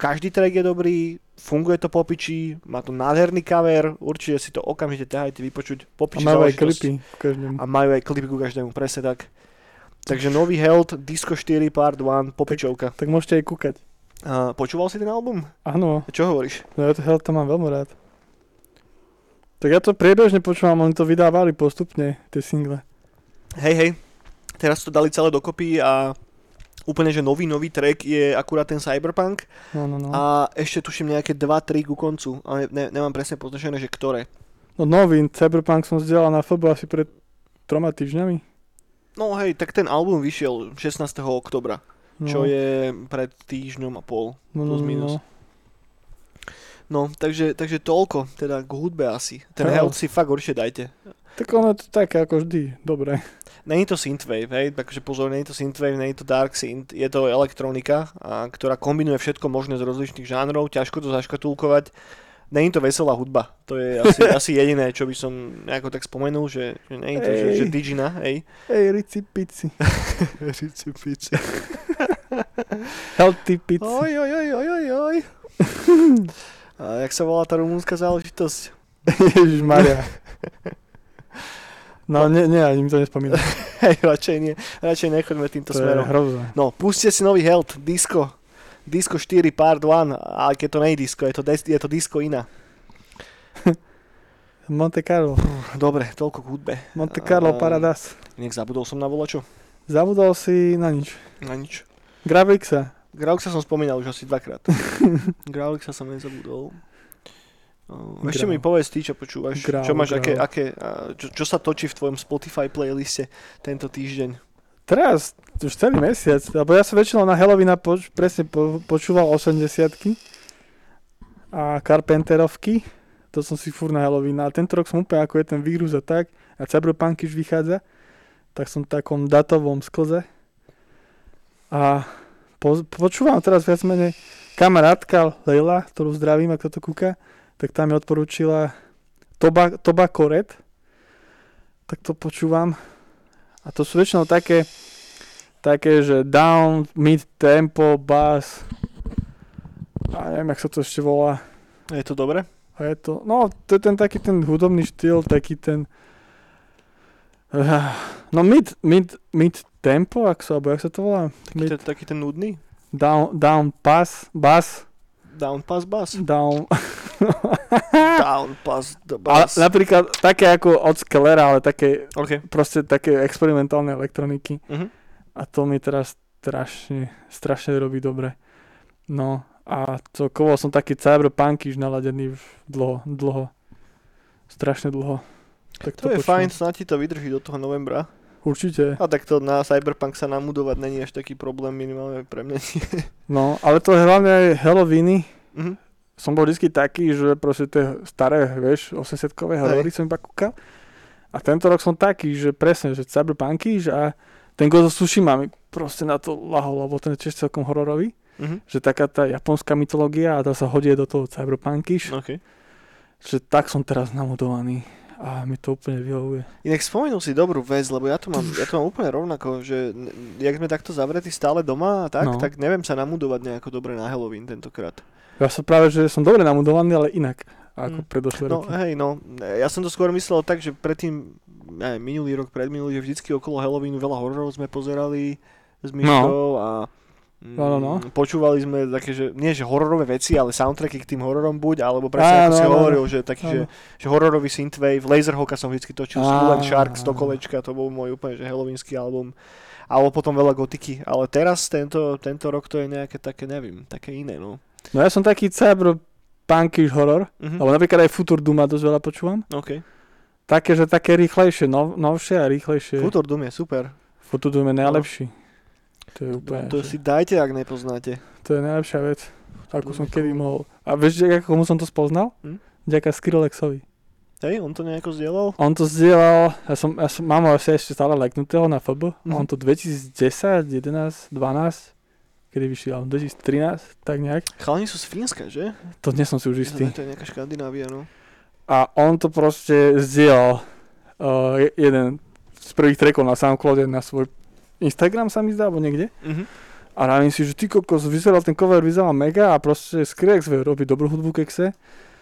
každý track je dobrý, funguje to po piči, má to nádherný cover, určite si to okamžite ťahajte vypočuť po A piči majú aj záležitosť. klipy k každému. A majú aj klipy ku každému, presne tak. Takže nový Health, Disco štyri Part jeden, popičovka. Tak môžete aj kúkať. Uh, počúval si ten album? Áno, Čo hovoríš? no ja to, ja to mám veľmi rád. Tak ja to priebežne počúvam, oni to vydávali postupne, tie single. Hej, hej, teraz to dali celé dokopy a úplne, že nový, nový track je akurát ten Cyberpunk No, no, no. a ešte tuším nejaké dva tri ku koncu, ale ne, nemám presne poznačené, že ktoré. No nový Cyberpunk som zdieľal na ef bé asi pred troma týždňami. No hej, tak ten album vyšiel šestnásteho októbra, No, čo je pred týždňom a pol, no, no, plus no, minus. no. No, takže, takže toľko, teda k hudbe asi. Ten Health. Health si fakt určite dajte. Tak ono je to také ako vždy, dobre. Není to synthwave, hej, takže pozor, není to synthwave, není to dark synth, je to elektronika, a, ktorá kombinuje všetko možné z rozličných žánrov, ťažko to zaškatulkovať. Není to veselá hudba, to je asi, asi jediné, čo by som nejako tak spomenul, že, že není to, že, že Ej. digina, hej. Ej, rici pici. Rici pici. Healthy pici. Oj, oj, oj, oj, oj, oj. A jak sa volá tá rumúnska záležitosť? Ježišmaria. No, nie, nie, ani mi to nespomínam. Hej, radšej nie, radšej nechoďme týmto To je smerom. hrozné. No, pustíte si nový Health, Disco. Disco štyri Part jeden, ale keď to nie je disco, je to, des, je to disco iná. Monte Carlo. Dobre, toľko k hudbe. Monte Carlo A- Paradise. Nech zabudol som na volačo? Zabudol si na nič. Na nič. Gravixa. Graulixa som spomínal už asi dvakrát. Graulixa som nezabudol. O, Ešte Grau. mi povedz ty, čo počúvaš. Grau, čo máš, grau. aké, aké, a, čo, čo sa točí v tvojom Spotify playliste tento týždeň? Teraz, už celý mesiac, lebo ja som väčšinou na Halloweena poč- presne po- počúval osemdesiatky a Carpenterovky, to som si furt na Halloweena, a tento rok som úplne ako je ten vírus a tak, a Cyberpunk už vychádza, tak som v takom datovom sklze a po- počúvam teraz viac menej kamarátka Leila, ktorú zdravím, ak toto kúka, tak tam mi odporúčila Toba- Tobacco Red, tak to počúvam. A to sú väčšinou také, také, že down, mid, tempo, bass. A neviem, jak sa to ešte volá. Je to dobre? A je to, no, to je ten taký ten hudobný štýl, taký ten, uh, no mid, mid, mid tempo, ak sa, alebo jak sa to volá? Taký, Mid, ten, taký ten nudný? down, down, pass, bass, Down pass bass? down. Down pass the Ale bass. napríklad také ako od Skellera, ale také, OK. proste také experimentálne elektroniky. Mhm. A to mi teraz strašne, strašne robí dobre. No a celkovo som taký cyberpunkiš naladený už dlho, dlho. Strašne dlho. Tak To je počúvam. fajn, snad ti to vydrží do toho novembra. Určite. A tak to na Cyberpunk sa namudovať není až taký problém, minimálne pre mňa nie. No, ale to je hlavne aj Halloweeny. Mhm. Som bol vždy taký, že proste tie staré, vieš, osemdesiatkové horory som iba kúkal. A tento rok som taký, že presne, že cyberpunkiš a ten Ghost of Tsushima mi proste na to lahol, lebo ten je tiež celkom hororový. Mhm. Že taká tá japonská mytológia a tá sa hodí do toho cyberpunkiš. OK. Že tak som teraz namudovaný a mi to úplne vyhovuje. Inak spomenul si dobrú vec, lebo ja to mám, ja to mám úplne rovnako, že n- jak sme takto zavretí stále doma a tak, No. tak neviem sa namudovať nejako dobre na Halloween tentokrát. Ja som práve, že som dobre namudovaný, ale inak ako Mm. predošlé No roky. hej, no, ja som to skôr myslel tak, že predtým, aj minulý rok, predminulý, že vždycky okolo Halloweenu veľa hororov sme pozerali s Myškou a mm, No, no, no. počúvali sme také, že nie že hororové veci, ale soundtracky k tým hororom buď, alebo presne Áno, ako si áno, hovoril, áno. že taký, že, Áno. že hororový synthwave, Laserhawka som vždycky točil, Á. Skull and Shark, sto kolečka, to bol môj úplne že halloweenský album. Alebo potom veľa gotiky, ale teraz tento, tento rok to je nejaké také, neviem, také iné, no. No ja som taký cyberpunkish horor, Mhm. alebo napríklad aj Future Duma dosť veľa počúvam. OK. Také, že také rýchlejšie, nov, novšie a rýchlejšie. Future Doom je super. Future Doom je najlepší. To je úplne, To že- si dajte, ak nepoznáte. to je najlepšia vec, akú som Doom je kedy cool. mohol. A vieš, ako komu som to spoznal? Hm? Ďaká Skrillexovi. Hej, on to nejako zdieľal? On to zdieľal, ja som, ja som mám ho asi ešte stále lajknutého na ef bé, Mhm. on to dvetisícdesať, jedenásť, dvanásť, kedy vyšiel, dvetisíctrinásť, tak nejak. Chalani sú z Fínska, že? To dnes som si už istý. To je nejaká Škandinávia, no. A on to proste zdieľal uh, jeden z prvých trackov na SoundCloude na svoj Instagram sa mi zdá, alebo niekde. Mhm. A rávim si, že ty kokos, vyzeral ten cover, vyzeral mega a proste Skrillex vie robiť dobrú hudbu kekse.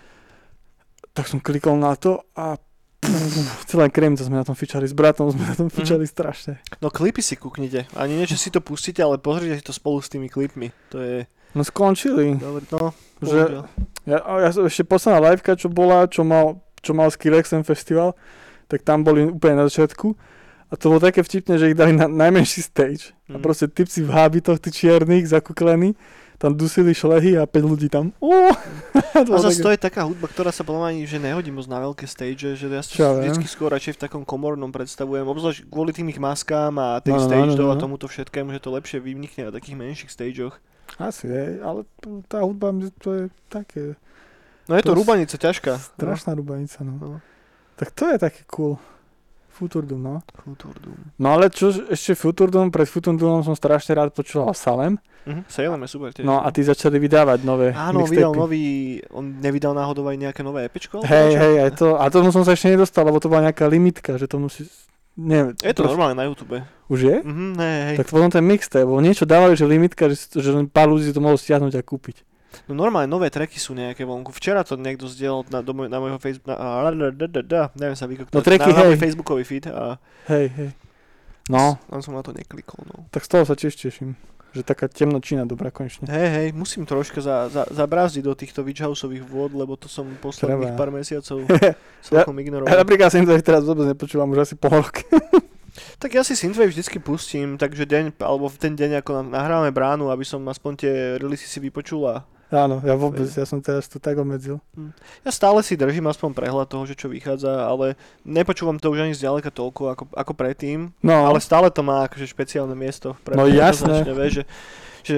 Tak som klikol na to a pff, celé Kremca sme na tom fičali, s bratom sme na tom fičali mm. strašne. No klipy si kúknite. Ani nie, že si to pustíte, ale pozrite si to spolu s tými klipmi. To je... No skončili. Dobre, no. Že, ja, ja som ešte posledná liveka, čo bola, čo mal, čo mal Skrillex ten festival, tak tam boli úplne na začiatku. A to bolo také vtipné, že ich dali na najmenší stage. Mm. A proste typci v hábitoch, tí čiernych, zakuklení, tam dusili šlehy a päť ľudí tam. Oh! A zase to je taká hudba, ktorá sa podľa mňa že nehodí moc na veľké stage, že ja si vždycky skôr radšej v takom komornom predstavujem, obzvlášť kvôli tým ich maskám a tých no, stage no, no, no. a tomuto všetkému, že to lepšie vynikne na takých menších stageoch. Asi je, ale tá hudba to je také... No je to, to rubanica ťažká. Strašná no. rubanica, no. no. Tak to je také cool. Futurdum, no. Futurdum. No ale čo ešte Futurdum, pred Futurdumom som strašne rád počúval Salem. Uh-huh. Salem je super tiež. No a tí začali vydávať nové Áno, vydal nový, on nevydal náhodou aj nejaké nové EPčko? Hej, hej, aj to, a tomu som sa ešte nedostal, lebo to bola nejaká limitka, že to musí... Neviem, je to normálne na YouTube. Už je? Mhm, ne, hej. Tak potom ten mixtape, lebo niečo dávali, že limitka, že, že len pár ľudí to mohlo stiahnuť a kúpiť. No normálne nové tracky sú nejaké vonku. Včera to niekto zdieľal na, do môj, na môjho Facebook, na, neviem sa vykoknať, no, tracky, na, na môj Facebookový feed. A hej, hej. No. Tam som na to neklikol, no. Tak z toho sa tiež teším, že taká temnočina dobrá konečne. Hej, hej, musím troška za, za, zabrázdiť do týchto Witch Houseových vôd, lebo to som posledných Treba. pár mesiacov celkom ja, ignoroval. Ja napríklad som to teraz vôbec nepočúvam, už asi pol rok. Tak ja si Synthwave vždycky pustím, takže deň, alebo v ten deň, ako nahrávame bránu, aby som aspoň tie releasy si vypočul a... Áno, ja vôbec, ja som teraz to tak obmedzil. Ja stále si držím aspoň prehľad toho, že čo vychádza, ale nepočúvam to už ani zďaleka toľko ako, ako predtým, no. ale stále to má akože špeciálne miesto. Pre no jasné. Vie, že, že,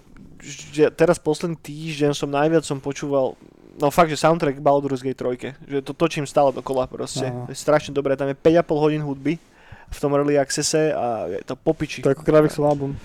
že teraz posledný týždeň som najviac som počúval, no fakt, že soundtrack Baldur's Gate tri, že to točím stále dokola proste. No. Je strašne dobré, tam je päť a pol hodín hudby v tom early accesse a je to popiči. To je ako Kraviksov album.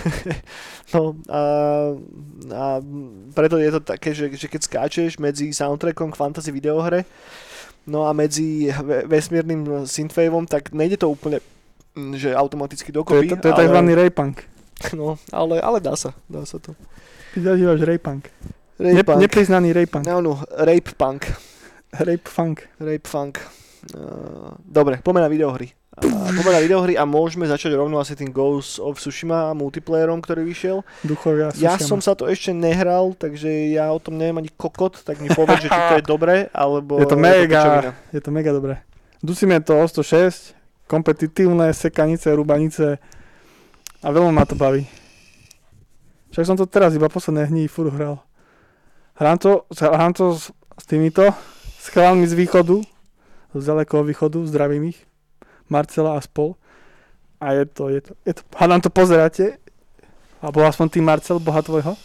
No a, a preto je to také, že, že keď skáčeš medzi soundtrackom k fantasy videohre no a medzi vesmírnym synthwaveom, tak nejde to úplne že automaticky dokopy. To je, to je ale, takzvaný raypunk. No, ale, ale dá sa, dá sa to. Ty zažívaš raypunk. Raypunk. Ne, nepriznaný raypunk. No, no, rape punk. Rape funk. Rape funk. Uh, dobre, poďme na videohry. A poďme na videohry a môžeme začať rovno asi tým Ghost of Tsushima multiplayerom, ktorý vyšiel. Duchovia Tsushima. Ja som sa to ešte nehral, takže ja o tom neviem ani kokot, tak mi povedz, že či to je dobré, alebo... Je to mega, je to mega dobré. Dusíme to o sto šesť, kompetitívne sekanice, rúbanice a veľmi ma to baví. Však som to teraz iba posledné hní furt hral. Hrám to, hrám to s, s týmito, s chalánmi z východu, z ďalekého východu, zdravím ich. Marcela a spol. A je to, je to, je to, hádam to pozeráte, alebo aspoň ty Marcel, boha tvojho.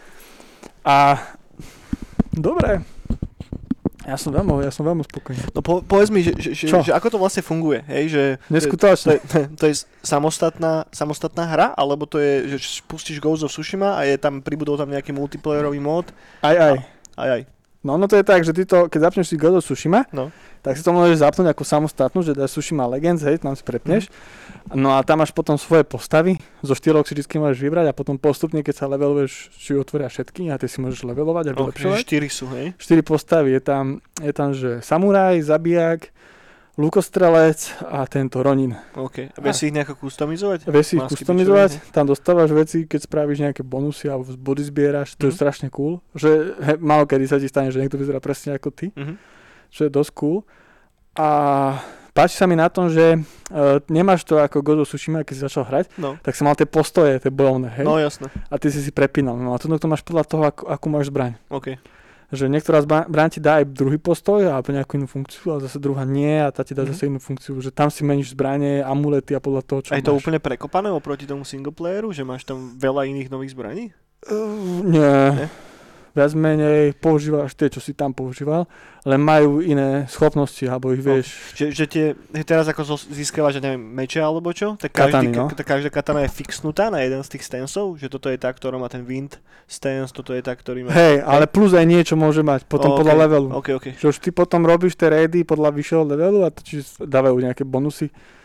A dobre. Ja som veľmi, ja som veľmi spokojný. No po, povedz mi, že, že, že ako to vlastne funguje, hej, že... Neskutočne. To je, to je samostatná, samostatná hra, alebo to je, že pustíš Ghost of Tsushima a je tam, pribudol tam nejaký multiplayerový mód? Aj, aj. A, aj, aj. No, no to je tak, že ty to, keď zapneš si Ghost of Tsushima, no. tak si to môžeš zapnúť ako samostatnú, že dáš Tsushima Legends, hej, tam si prepneš. Mm. No a tam máš potom svoje postavy, zo štyroch si vždy môžeš vybrať a potom postupne, keď sa leveluješ, či otvoria všetky a ty si môžeš levelovať a vylepšovať. Okay, štyri sú, hej? štyri postavy, je tam, je tam, že samuraj, zabijak, lukostrelec a tento Ronin. OK. A vieš si ich nejako customizovať? Vieš si ich customizovať, tam dostávaš veci, keď spravíš nejaké bonusy alebo body zbieraš, to mm-hmm. je strašne cool. Že he, málo kedy sa ti stane, že niekto vyzerá presne ako ty, mm-hmm. čo je dosť cool. A páči sa mi na tom, že uh, nemáš to ako Ghost of Tsushima, keď si začal hrať, no. tak si mal tie postoje, tie bojovné, hej? No jasné. A ty si si prepínal. No a tu to máš podľa toho, ako, akú máš zbraň. OK. Že niektorá zbraň ti dá aj druhý postoj alebo nejakú inú funkciu, ale zase druhá nie a tá ti dá mm-hmm. zase inú funkciu, že tam si meníš zbranie, amulety a podľa toho, čo máš. A je to máš. úplne prekopané oproti tomu singleplayeru, že máš tam veľa iných nových zbraní? Uh, nie. nie. Viac menej používaš tie, čo si tam používal, len majú iné schopnosti, alebo ich vieš... No, že, že tie, teraz ako získavaš, neviem, meče alebo čo, tak, každý, katany, no. ka, každá katana je fixnutá na jeden z tých stansov, že toto je tá, ktorá má ten wind stance, toto je tá, ktorý má... Hej, ale plus aj niečo môže mať, potom oh, podľa okay. levelu. Okay, okay. Že už ty potom robíš tie raidy podľa vyššieho levelu a to či dávajú nejaké bonusy.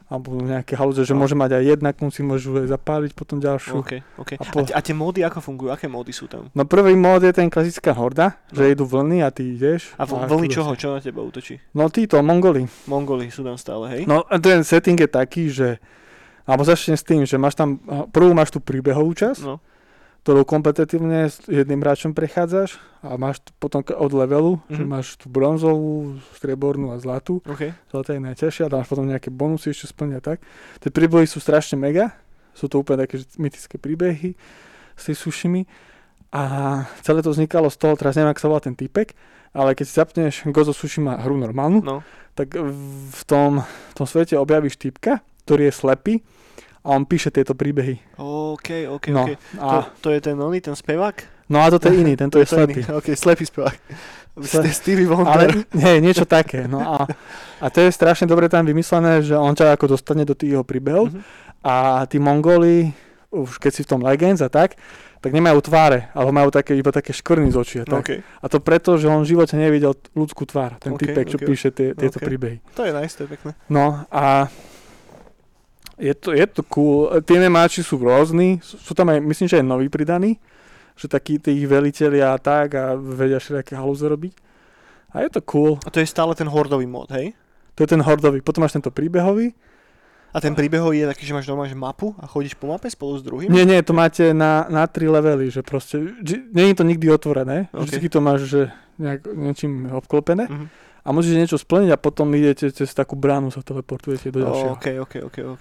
alebo nejaké halúze, že No. môže mať aj jednak, si môžu aj zapáliť potom ďalšiu. OK, OK. A A, po- t- a tie módy ako fungujú? Aké módy sú tam? No prvý mód je ten klasická horda, No. že idú vlny a ty ideš. A v- a vlny tu čoho? vlastne- Čo na teba útočí? No títo, Mongoli. Mongoli sú tam stále, hej? No a ten setting je taký, že alebo začnem s tým, že máš tam, prvú máš tú príbehovú časť, No. ktorú kompetitívne s jedným hráčom prechádzaš a máš t- potom k- od levelu, mm-hmm. že Mhm. máš tú bronzovú, striebornú a zlatú. OK. Zlatá je najťažšia a tam máš potom nejaké bonusy ešte splňať tak. Tie príbehy sú strašne mega, sú to úplne také že mytické príbehy s tými sušimi a celé to vznikalo z toho, teraz neviem, ak sa volá ten typek, ale keď si zapneš Gozo Tsushima hru normálnu, No. tak v v tom, v tom svete objavíš typka, ktorý je slepý a on píše tieto príbehy. OK, OK, No, OK. To, a, to je ten oný, ten spevák? no a toto je iný, tento je slepý. Iný. OK, slepý spevák. Sle- Stevie Wonder. Ale nie, niečo také. No a, a to je strašne dobre tam vymyslené, že on ťa ako dostane do tých jeho príbehov Mhm. a tí Mongoli, už keď si v tom Legends a tak, tak nemajú tváre, alebo majú také, iba také škvrny z očí a tak. OK, A to preto, že on v živote nevidel ľudskú tvár, ten OK, typek, čo OK. píše tie, tieto OK. príbehy. to je nice, to je pekné. No a je to, je to cool. Tí nemáči sú rôzni, sú, sú tam aj, myslím, že aj noví pridaní, že takí tí ich velitelia a tak a vedia všelijaké halúze robiť. A je to cool. A to je stále ten hordový mod, hej? To je ten hordový. Potom máš tento príbehový. A ten príbehový je taký, že máš normálne že mapu a chodíš po mape spolu s druhým? Nie, nie, to máte na, na tri levely, že proste, že, nie je to nikdy otvorené, OK. vždycky to máš, že nejak, niečím obklopené Mhm. a musíš niečo splniť a potom idete cez takú bránu, sa teleportujete do ďalšieho. OK, OK, OK, OK.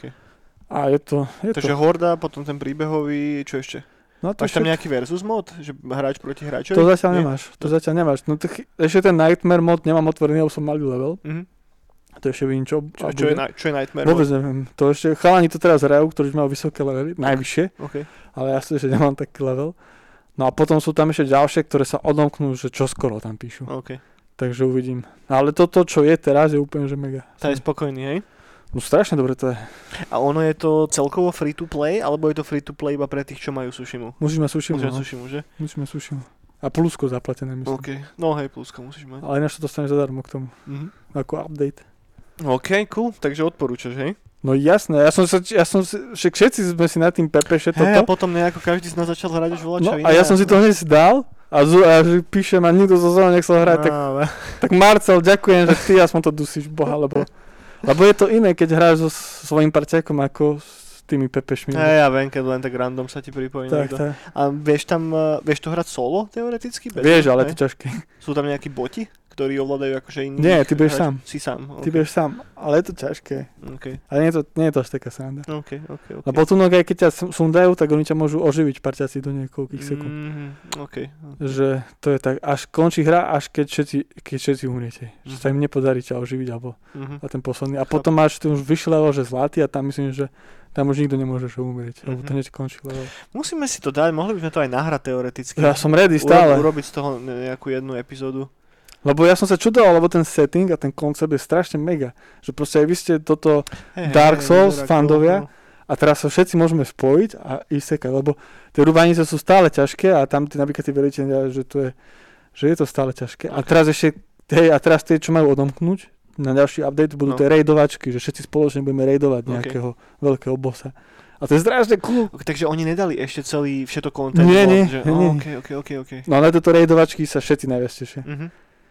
A je to, je Takže to. horda, potom ten príbehový, čo ešte? No, to Máš tam všetko- nejaký versus mod? Že hráč proti hráčovi? To zatiaľ Nie? nemáš, to zatiaľ nemáš. No to chy- ešte ten Nightmare mod nemám otvorený, lebo som malý level. Mhm. To ešte vidím, čo, Čo, a čo, je, bude. na- čo je Nightmare Vôbec mod? neviem. To ešte, chalani to teraz hrajú, ktorí už majú vysoké levely, najvyššie, OK. ale ja si že nemám taký level. No a potom sú tam ešte ďalšie, ktoré sa odomknú, že čoskoro tam píšu. OK. Takže uvidím. Ale toto, čo je teraz, je úplne, že mega. Tá je spokojný, hej? No strašne dobre to je. A ono je to celkovo free to play, alebo je to free to play iba pre tých, čo majú Sushimu? Musíš mať sušimu. Musíš mať No. Sushimu, že? Musíš mať sušimu. A plusko zaplatené, myslím. OK. No hej, plusko musíš mať. Ale ináč to dostaneš zadarmo k tomu. Mhm. Ako update. OK, cool. Takže odporúčaš, hej? No jasné, ja som sa, ja som si, však všetci sme si na tým pepeše Hej, a toto. potom nejako každý z nás začal hrať už No volačo a ja som si to hneď dal a, zu, a že píšem a nikto zo zóna nechcel hrať, tak, No, tak Marcel, ďakujem, že ty aspoň to dusíš, boha, lebo, lebo je to iné, keď hráš so svojím parťákom ako s tými pepešmi. hej, ja viem, keď len tak random sa ti pripojí tak, niekto. tak. A vieš tam, uh, vieš to hrať solo teoreticky? Bez Vieš, toho, ale hej? to je ťažké. Sú tam nejakí boti, ktorí ovládajú akože iní? Nie, ty budeš sám. Si sám, Ty okay. budeš sám, ale je to ťažké. OK, Ale nie je to, nie je to až taká sranda. OK, OK, OK. Lebo tu aj keď ťa sundajú, tak oni ťa môžu oživiť parťaci do niekoľkých sekúnd. Mm, OK. Že to je tak, až končí hra, až keď všetci, keď všetci umriete. Že sa im nepodarí ťa oživiť, alebo Mhm. a ten posledný. A Chápem. potom máš tu už vyšší level, že zlatý a tam myslím, že tam už nikto nemôže umrieť, lebo to Mhm. hneď končí level. Musíme si to dať, mohli by sme to aj nahrať teoreticky. Ja som ready Urob- stále, Urobiť z toho nejakú jednu epizódu. lebo ja som sa čudoval, lebo ten setting a ten koncept je strašne mega. Že proste aj vy ste toto Hey, Dark Souls, Dark fandovia. no. a teraz sa všetci môžeme spojiť a ísť sekať, lebo tie rubanice sú stále ťažké a tam tí napríklad tí veliteľia, že to je, že je to stále ťažké. A Ok. teraz ešte, hej, a teraz tie, čo majú odomknúť, na ďalší update budú No. tie raidovačky, že všetci spoločne budeme raidovať Ok. nejakého veľkého bossa. A to je strašne cool. Ok, takže oni nedali ešte celý všetko content. Nie, nie, že, nie, oh, nie. OK, OK, OK, OK. No ale tieto raidovačky sa všetci najviac tešia. Mhm.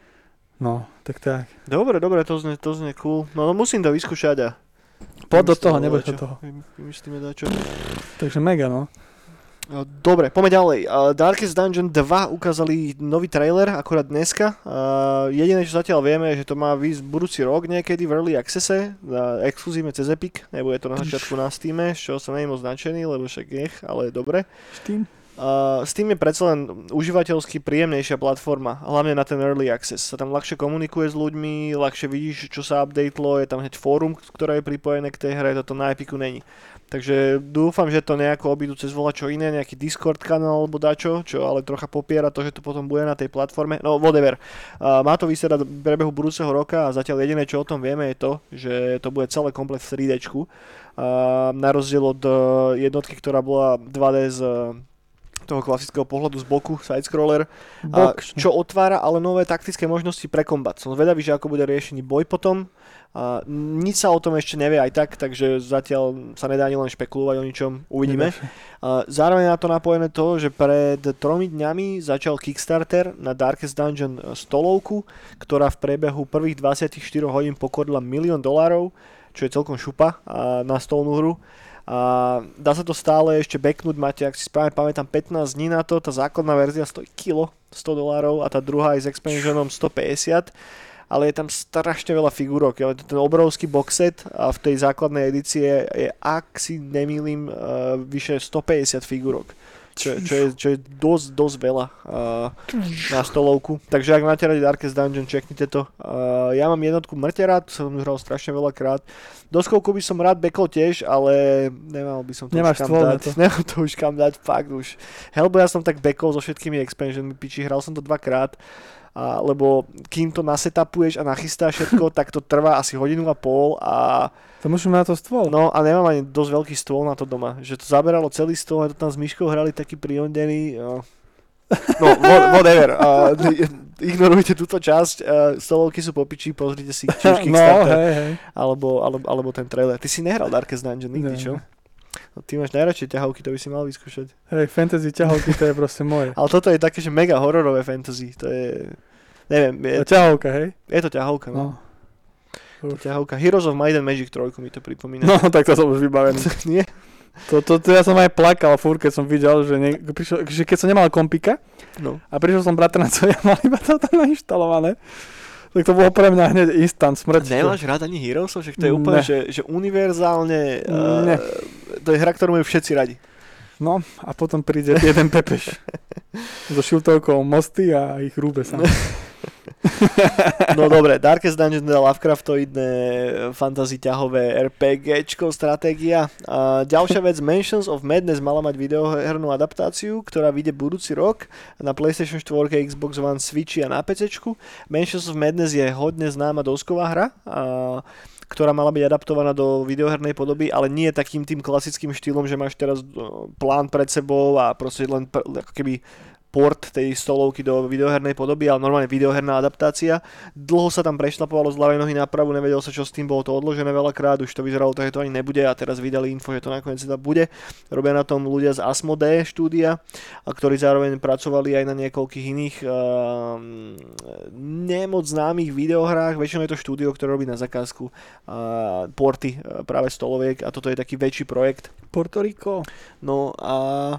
No, tak tak. Dobre, dobre, to znie, to znie cool. No, no musím to vyskúšať a... Poď do vymyslíme toho, neboj sa dačo. toho. Vym- Vymyslíme dačo. Takže mega, no. No, dobre, poďme ďalej. Uh, Darkest Dungeon dva ukázali nový trailer akorát dneska. Uh, jediné, čo zatiaľ vieme, je, že to má výsť budúci rok niekedy v Early Accesse, uh, exkluzívne cez Epic, nebude to na začiatku na Steame, z čoho som nie moc značený, lebo však nech, ale dobre. Steam? Uh, Steam je predsa len užívateľsky príjemnejšia platforma, hlavne na ten Early Access. Sa tam ľahšie komunikuje s ľuďmi, ľahšie vidíš, čo sa updatelo, je tam hneď fórum, ktoré je pripojené k tej hre, toto na Epiku není. Takže dúfam, že to nejako obídu cez volačo iné, nejaký Discord kanál alebo dačo, čo ale trocha popiera to, že to potom bude na tej platforme. No whatever. Uh, má to vyserať do prebehu budúceho roka a zatiaľ jediné, čo o tom vieme, je to, že to bude celé komplet v tri déčku. Uh, na rozdiel od uh, jednotky, ktorá bola dva dé s uh, toho klasického pohľadu z boku, side-scroller, a, Bok. čo otvára ale nové taktické možnosti pre kombat. Som zvedavý, že ako bude riešený boj potom. A nič sa o tom ešte nevie aj tak, takže zatiaľ sa nedá ani len špekulovať o ničom, uvidíme. A zároveň na to napojené to, že pred tromi dňami začal Kickstarter na Darkest Dungeon stolovku, ktorá v priebehu prvých dvadsaťštyri hodín pokorila milión dolárov, čo je celkom šupa a, na stolnú hru. A dá sa to stále ešte backnúť, máte, ak si správne pamätám, pätnásť dní na to, tá základná verzia stojí kilo, sto dolárov a tá druhá aj s expansionom stopäťdesiat, ale je tam strašne veľa figúrok, ale ten obrovský boxset a v tej základnej edícii je, je ak si nemýlim, uh, vyše stopäťdesiat figúrok. Čo, čo, je, čo je dosť, dosť veľa uh, na stolovku. Takže ak máte radi Darkest Dungeon, čeknite to. Uh, ja mám jednotku mŕte rád, som hral strašne veľa krát. Doskovku by som rád bekol tiež, ale nemal by som to Nemáš už kam tvoj dať. to. Nemám to už kam dať, fakt už. Hellboy ja som tak bekol so všetkými expansionmi, piči, hral som to dvakrát. A, lebo kým to nasetapuješ a nachystáš všetko, tak to trvá asi hodinu a pol a... To musím na to stôl. No a nemám ani dosť veľký stôl na to doma, že to zaberalo celý stôl a to tam s myškou hrali taký priondený, no, no whatever, uh, ignorujte túto časť, uh, stolovky sú popiči, pozrite si či už Kickstarter, no, hej, hej. Alebo, alebo, alebo ten trailer. Ty si nehral Darkest Dungeon nikdy, čo? No, ty máš najradšej ťahovky, to by si mal vyskúšať. Hej, fantasy ťahovky, to je proste moje. Ale toto je také, že mega hororové fantasy, to je, neviem, je, To ťahovka, hej? je to ťahovka, no. No. To ťahovka. Heroes of Might and Magic tri mi to pripomína. No, tak to som už vybavený. Nie? To, to, to ja som aj plakal furt, keď som videl, že, nie, prišiel, že keď som nemal kompika No. a prišiel som bratrancov, ja mal iba to tam nainštalované, tak to bolo pre mňa hneď instant smrť. Nemáš rád ani Heroesov? Že to je úplne, Ne. že, že univerzálne, Ne. uh, to je hra, ktorú majú všetci radi. No, a potom príde jeden pepeš so šiltovkou mosty a ich rúbe sa. No dobre, Darkest Dungeon je Lovecraftoidné fantasy ťahové RPGčko, stratégia. A ďalšia vec, Mansions of Madness mala mať videohernú adaptáciu, ktorá vyjde budúci rok na PlayStation štyri, Xbox One, Switchi a na PCčku. Mansions of Madness je hodne známa dosková hra, a ktorá mala byť adaptovaná do videohernej podoby, ale nie takým tým klasickým štýlom, že máš teraz plán pred sebou a proste len pr- ako keby port tej stolovky do videohernej podoby, ale normálne videoherná adaptácia. Dlho sa tam prešlapovalo z ľavej nohy na pravú, nevedel sa čo s tým, bolo to odložené veľakrát, už to vyzeralo tak, že to ani nebude a teraz vydali info, že to nakoniec teda bude. Robia na tom ľudia z Asmodee štúdia, a ktorí zároveň pracovali aj na niekoľkých iných uh, nemoc známych videohrách, väčšinou je to štúdio, ktoré robí na zakázku uh, porty uh, práve stoloviek a toto je taký väčší projekt. Puerto Rico. No a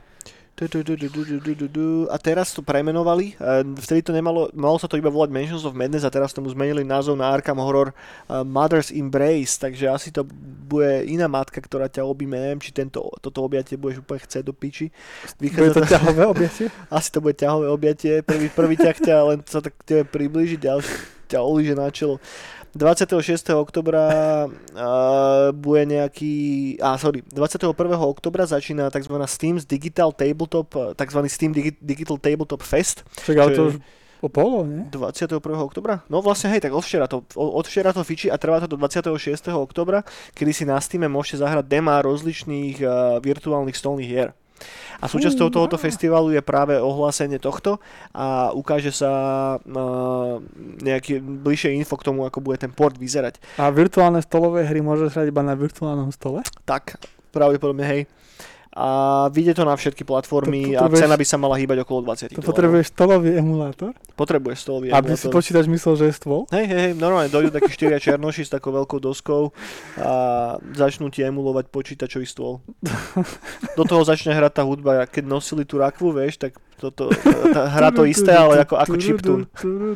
a teraz to premenovali, vtedy to nemalo, malo sa to iba volať Mansions of Madness a teraz tomu zmenili názov na Arkham Horror Mother's Embrace, takže asi to bude iná matka, ktorá ťa objíme, neviem, či tento, toto objatie budeš úplne chcieť do piči. Bude to ťahové objatie? Asi to bude ťahové objatie, prvý, prvý ťah ťa len sa tak tebe priblížiť, ďalší ťa olíže na čelo. dvadsiateho šiesteho októbra uh, bude nejaký... Á, sorry, dvadsiateho prvého októbra začína tzv. Steam's Digital Tabletop, tzv. Steam Digi- Digital Tabletop Fest. Čak, ale to už po polo, nie? dvadsiateho prvého októbra? No vlastne hej, tak od včera to, od včera to fičí a trvá to do dvadsiateho šiesteho októbra, kedy si na Steame môžete zahrať demá rozličných uh, virtuálnych stolných hier. A súčasťou tohoto festivalu je práve ohlásenie tohto a ukáže sa uh, nejaké bližšie info k tomu, ako bude ten port vyzerať. A virtuálne stolové hry môžeš hrať iba na virtuálnom stole? Tak, pravdepodobne hej. A vyjde to na všetky platformy a cena by sa mala hýbať okolo dvadsať. To potrebuješ stolový emulátor? Potrebuješ stolový Aby emulátor. si počítač myslel, že je stôl? Hej, hej, hej, normálne dojdú takí štyria černoši s takou veľkou doskou a začnú ti emulovať počítačový stôl. Do toho začne hrať tá hudba, keď nosili tú rakvu, vieš, tak toto, tá, hra to isté, ale ako, ako chiptune.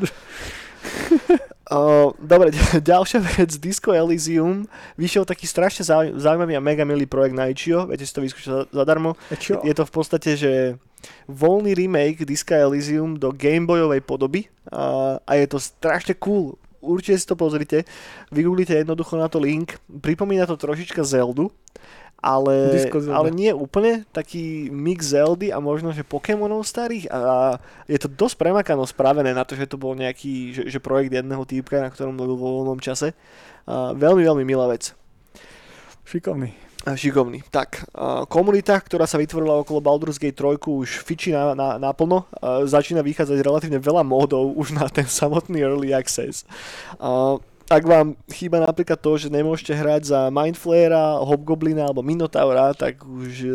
Uh, dobre, ďalšia vec, Disco Elysium, vyšiel taký strašne zaujímavý a mega milý projekt na Itch.io, viete si to vyskúšať zadarmo. Je to v podstate, že voľný remake Disco Elysium do Gameboyovej podoby uh, a je to strašne cool. Určite si to pozrite, vygooglite jednoducho na to link, pripomína to trošička Zeldu, ale, ale nie úplne, taký mix Zeldy a možno, že Pokémonov starých a je to dosť premakano spravené na to, že to bol nejaký že, že projekt jedného týpka, na ktorom bol vo voľnom čase. A veľmi, veľmi milá vec. Šikovný. Šikovný. Tak, uh, komunita, ktorá sa vytvorila okolo Baldur's Gate tri, už fičí na, na, naplno. Uh, začína vychádzať relatívne veľa módov už na ten samotný Early Access. Uh, ak vám chýba napríklad to, že nemôžete hrať za Mindflayera, Hobgoblina alebo Minotaura, tak už uh,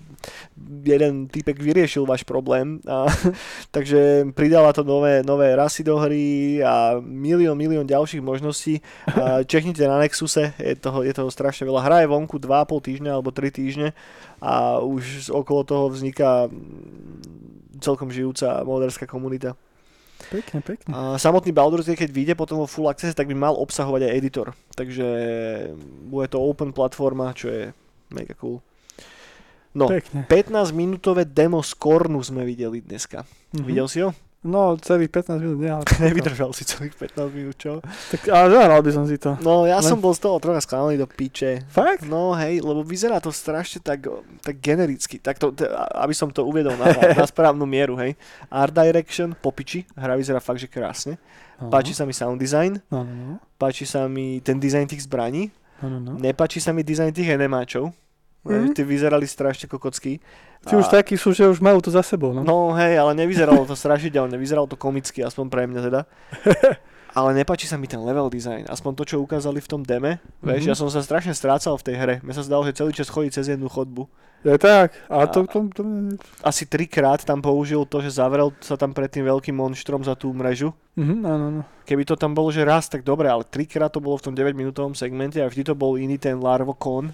jeden typek vyriešil váš problém. A, takže pridala to nové, nové rasy do hry a milión, milión ďalších možností. A čeknite na Nexuse, je toho, je toho strašne veľa. Hra je vonku dva a pol týždňa alebo tri týždne a už okolo toho vzniká celkom žijúca moderská komunita. Pekne, pekne. A samotný Baldur's Gate, keď vyjde potom vo Full Access, tak by mal obsahovať aj editor. Takže bude to open platforma, čo je mega cool. No, Pekne. pätnásťminútové demo z Kornu sme videli dneska. Mm-hmm. Videl si ho? No, celých pätnásť minút, nie, ale... Nevydržal si celých pätnásť minút, čo? Tak, ale zahral by som si to. No, ja Len... som bol z toho trocha sklamaný do piče. Fakt? No, hej, lebo vyzerá to strašne tak, tak genericky. Tak to, t- aby som to uviedol na, na, na správnu mieru, hej. Art direction, po piči. Hra vyzerá fakt, že krásne. No. Páči sa mi sound design. No, no, no. Páči sa mi ten dizajn tých zbraní. No, no, no. Nepáči sa mi dizajn tých enemáčov. Mm. Tí vyzerali strašne kokocky. Tí a... už takí sú, že už majú to za sebou, no. No hej, ale nevyzeralo to strašidelne, nevyzeralo to komicky, aspoň pre mňa teda. Ale nepáči sa mi ten level design, aspoň to, čo ukázali v tom deme. Mm-hmm. Vieš, ja som sa strašne strácal v tej hre. Mne sa zdalo, že celý čas chodí cez jednu chodbu. Je tak, a to... to, to... Asi trikrát tam použil to, že zavrel sa tam pred tým veľkým monštrom za tú mrežu. Mhm, áno, áno. Keby to tam bolo, že raz, tak dobre, ale trikrát to bolo v tom deväťminútovom segmente a vždy to bol iný ten Larvokon.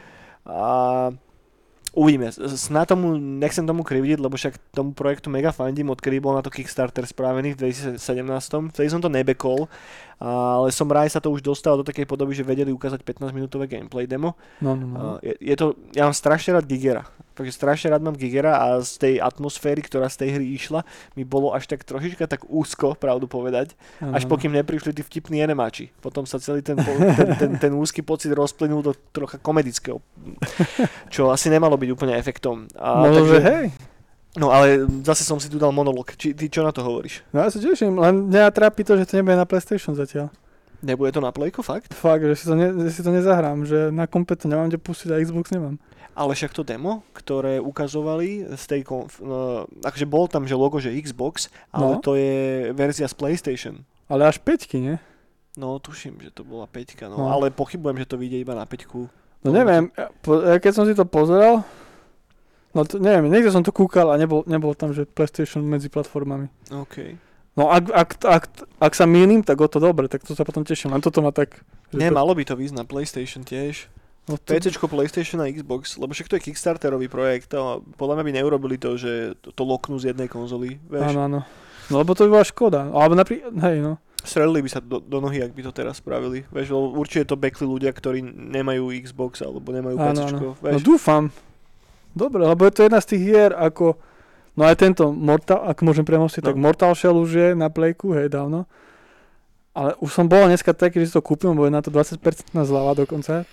A uvidíme. Sná tomu, nechcem tomu krivdiť, lebo však tomu projektu mega fandím, odkedy bol na to Kickstarter spravený v dvetisícsedemnásť. Vtedy som to nebekol, ale som rád sa to už dostal do takej podoby, že vedeli ukázať pätnásťminútové gameplay demo. No, no, no. Je, je to, ja mám strašne rád Gigera. Takže strašne rád mám Gigera a z tej atmosféry, ktorá z tej hry išla, mi bolo až tak trošička tak úzko, pravdu povedať, ano. Až pokým neprišli tí vtipní enemáči. Potom sa celý ten, ten, ten, ten úzky pocit rozplynul do trocha komedického, čo asi nemalo byť úplne efektom. A, no, takže, že hej. No ale zase som si tu dal monolog. Či, ty čo na to hovoríš? No ja sa teším, len mňa trápi to, že to nebude na PlayStation zatiaľ. Nebude to na Playko, fakt? Fakt, že si to, ne, že si to nezahrám, že na kompe to nemám kde pustiť a Xbox nemám. Ale však to demo, ktoré ukazovali z tej konf... No, akože bol tam, že logo, že Xbox, ale no. To je verzia z PlayStation. Ale až päťky, nie? No, tuším, že to bola päťka, no. no. Ale pochybujem, že to vyjde iba na päťku. No neviem, keď som si to pozeral, no to, neviem, niekde som to kúkal a nebol, nebol tam, že PlayStation medzi platformami. OK. No ak, ak, ak, ak sa mýlim, tak o to dobre, tak to sa potom teším. Len toto má tak... Nie, to... malo by to výsť na PlayStation tiež. No to... PCčko, PlayStation a Xbox, lebo však to je Kickstarterový projekt a podľa mňa by neurobili to, že to, to loknú z jednej konzoly, vieš. Áno, áno. No lebo to by bola škoda. Alebo napríklad, hej no. Strelili by sa do, do nohy, ak by to teraz spravili. Vieš, určite to bekli ľudia, ktorí nemajú Xbox alebo nemajú PCčko. Áno, áno. No dúfam. Dobre, lebo je to jedna z tých hier ako... No aj tento Mortal, ak môžem premostiť, no. Tak Mortal Shell už je na Playku, hej, dávno. Ale už som bol dneska taký, že si to kúpim, bo je na to dvadsať percent zľava dokonca.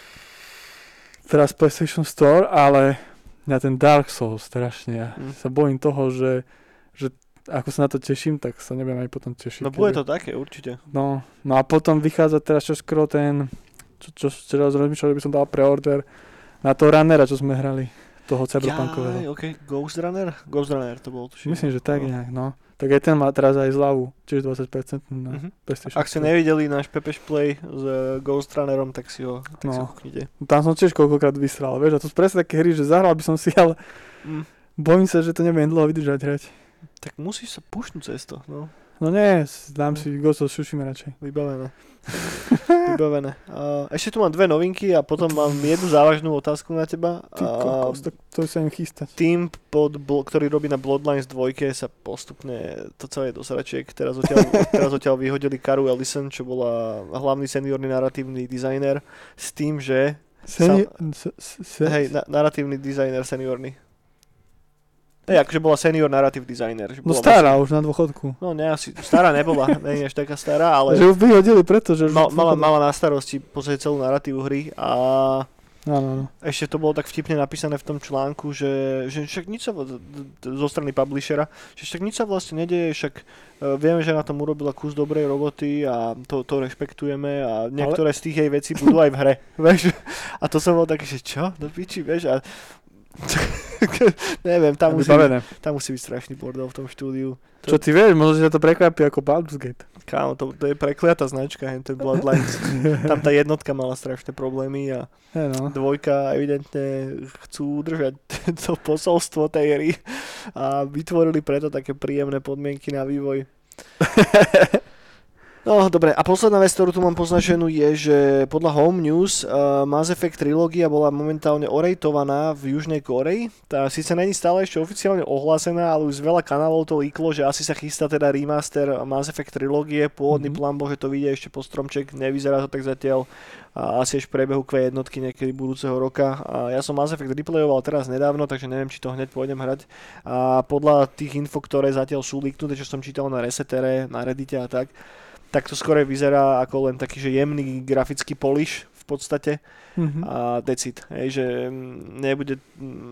Teraz PlayStation Store, ale na ten Dark Souls strašne. Ja mm. sa bojím toho, že, že ako sa na to teším, tak sa nebudem aj potom tešiť. No bude to také, určite. No, no a potom vychádza teraz čoskoro ten, čo, čo teraz rozmýšľal, že by som dal preorder na toho Runnera, čo sme hrali, toho cyberpunkového. Jaj, okej, okay. Ghost Runner? Ghost Runner to bol. Tuším. Myslím, že tak no. nejak, no. Tak aj ten má teraz aj zľavu, čiže dvadsať percent na uh-huh. PlayStation. Ak ste nevideli náš Pepe's Play s Ghost Runnerom, tak si ho tak no. kúknite. Tam som tiež koľkokrát vysral, vieš, a to sú presne také hry, že zahral by som si, ale mm. bojím sa, že to nebudem dlho vydržať hrať. Tak musíš sa pušnúť cez to, no. No nie, dám si Ghost of Tsushima radšej. Vybavené. Vybavené. Uh, ešte tu mám dve novinky a potom mám jednu závažnú otázku na teba. Ty kokos, tak to sa im chystať. Tým, pod, ktorý robí na Bloodlines dva, sa postupne to celé do sračiek. Teraz odtiaľ, teraz odtiaľ vyhodili Karu Ellison, čo bola hlavný seniorný naratívny dizajner, s tým, že... Seni- sa, s- hej, na, naratívny dizajner seniorný. Hej, akože bola senior narrative designer. Že no bola stará vlastne, už na dôchodku. No ne, asi, stará nebola, nie je až taká stará, ale... Že ju vyhodili preto, že... Mal, mala, mala na starosti v podstate celú narratívu hry a Áno, áno. Ešte to bolo tak vtipne napísané v tom článku, že, že však nič sa vo- zo strany publishera, že však nič sa vlastne nedeje, však uh, vieme, že na tom urobila kus dobrej roboty a to, to rešpektujeme a niektoré z tých jej vecí budú aj v hre, vieš. A to som bol taký, že čo, do piči, vieš, a neviem, tam musí, tam musí byť strašný bordel v tom štúdiu. To... Čo ty vieš, možno, že to prekvapí ako Baldur's Gate. Kámo, to, to je prekliatá značka, ten Bloodlines. Tam tá jednotka mala strašné problémy a Hey no. dvojka evidentne chcú udržať to posolstvo tej hry a vytvorili preto také príjemné podmienky na vývoj. No, dobre. A posledná vec, ktorú tu mám poznačenú, je, že podľa Home News uh, Mass Effect trilógia bola momentálne orejtovaná v Južnej Kórei. Tá síce není stále ešte oficiálne ohlásená, ale už z veľa kanálov to líklo, že asi sa chystá teda remaster Mass Effect trilógie. Pôvodný mm-hmm. plán bol, že to vyjde ešte po stromček, nevyzerá to tak zatiaľ. A asi až v priebehu kvé jednotky niekedy budúceho roka. A ja som Mass Effect replayoval teraz nedávno, takže neviem, či to hneď pôjdem hrať. A podľa tých info, ktoré zatiaľ sú líknuté, čo som čítal na Resetere, na Reddite a tak, tak to skôr vyzerá ako len taký, že jemný grafický polish v podstate. Mm-hmm. A decid, hej, že nebude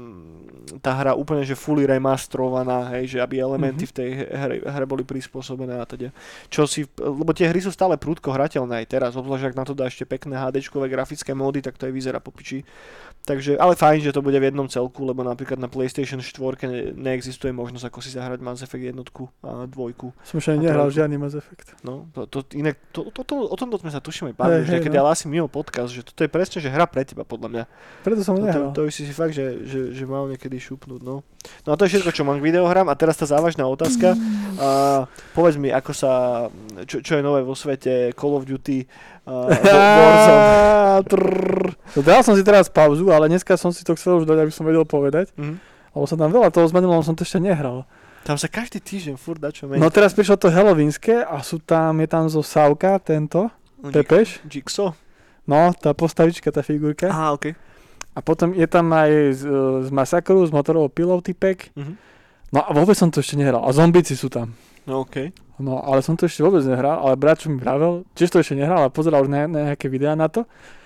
tá hra úplne, že fully remasterovaná, hej, že aby elementy mm-hmm. v tej hre, hre boli prispôsobené a teda. Čo si, lebo tie hry sú stále prudko hrateľné aj teraz, obzvlášť ak na to dá ešte pekné HDčkové grafické módy, tak to aj vyzerá po piči. Takže, ale fajn, že to bude v jednom celku, lebo napríklad na PlayStation štyri ne, neexistuje možnosť, ako si zahrať Mass Effect jednotku a dvojku. Som ešte nehral žiadny Mass Effect. No, to, to inak, to, to, to, o tomto sme sa tušíme bavili, hey, že keď no. ale asi mimo podcast, že toto je presne, že hra pre teba, podľa mňa. Preto som to, nehral. To, to by si si fakt, že, že, že mal niekedy šupnúť, no. No a to je všetko, čo mám k videohrám a teraz tá závažná otázka. A povedz mi, ako sa, čo, čo je nové vo svete Call of Duty, uh, Warzone. No, dal som si teraz pauzu, ale dneska som si to chcel už dať, aby som vedel povedať. Mm-hmm. Lebo sa tam veľa toho zmenilo, ale som to ešte nehral. Tam sa každý týždeň furt dá čo meniť. No teraz prišlo to Halloweenské a sú tam, je tam zo Savka tento, Pepeš. Jigsaw? No, tá postavička, tá figurka. Aha, okej. Okay. A potom je tam aj z, z Massacru, z motorovou pilou typek. Mm-hmm. No a vôbec som to ešte nehral. A zombici sú tam. No okej. Okay. No ale som to ešte vôbec nehral, ale brat, čo mi vravel, tiež to ešte nehral, ale pozeral už na, na nejaké videá na to.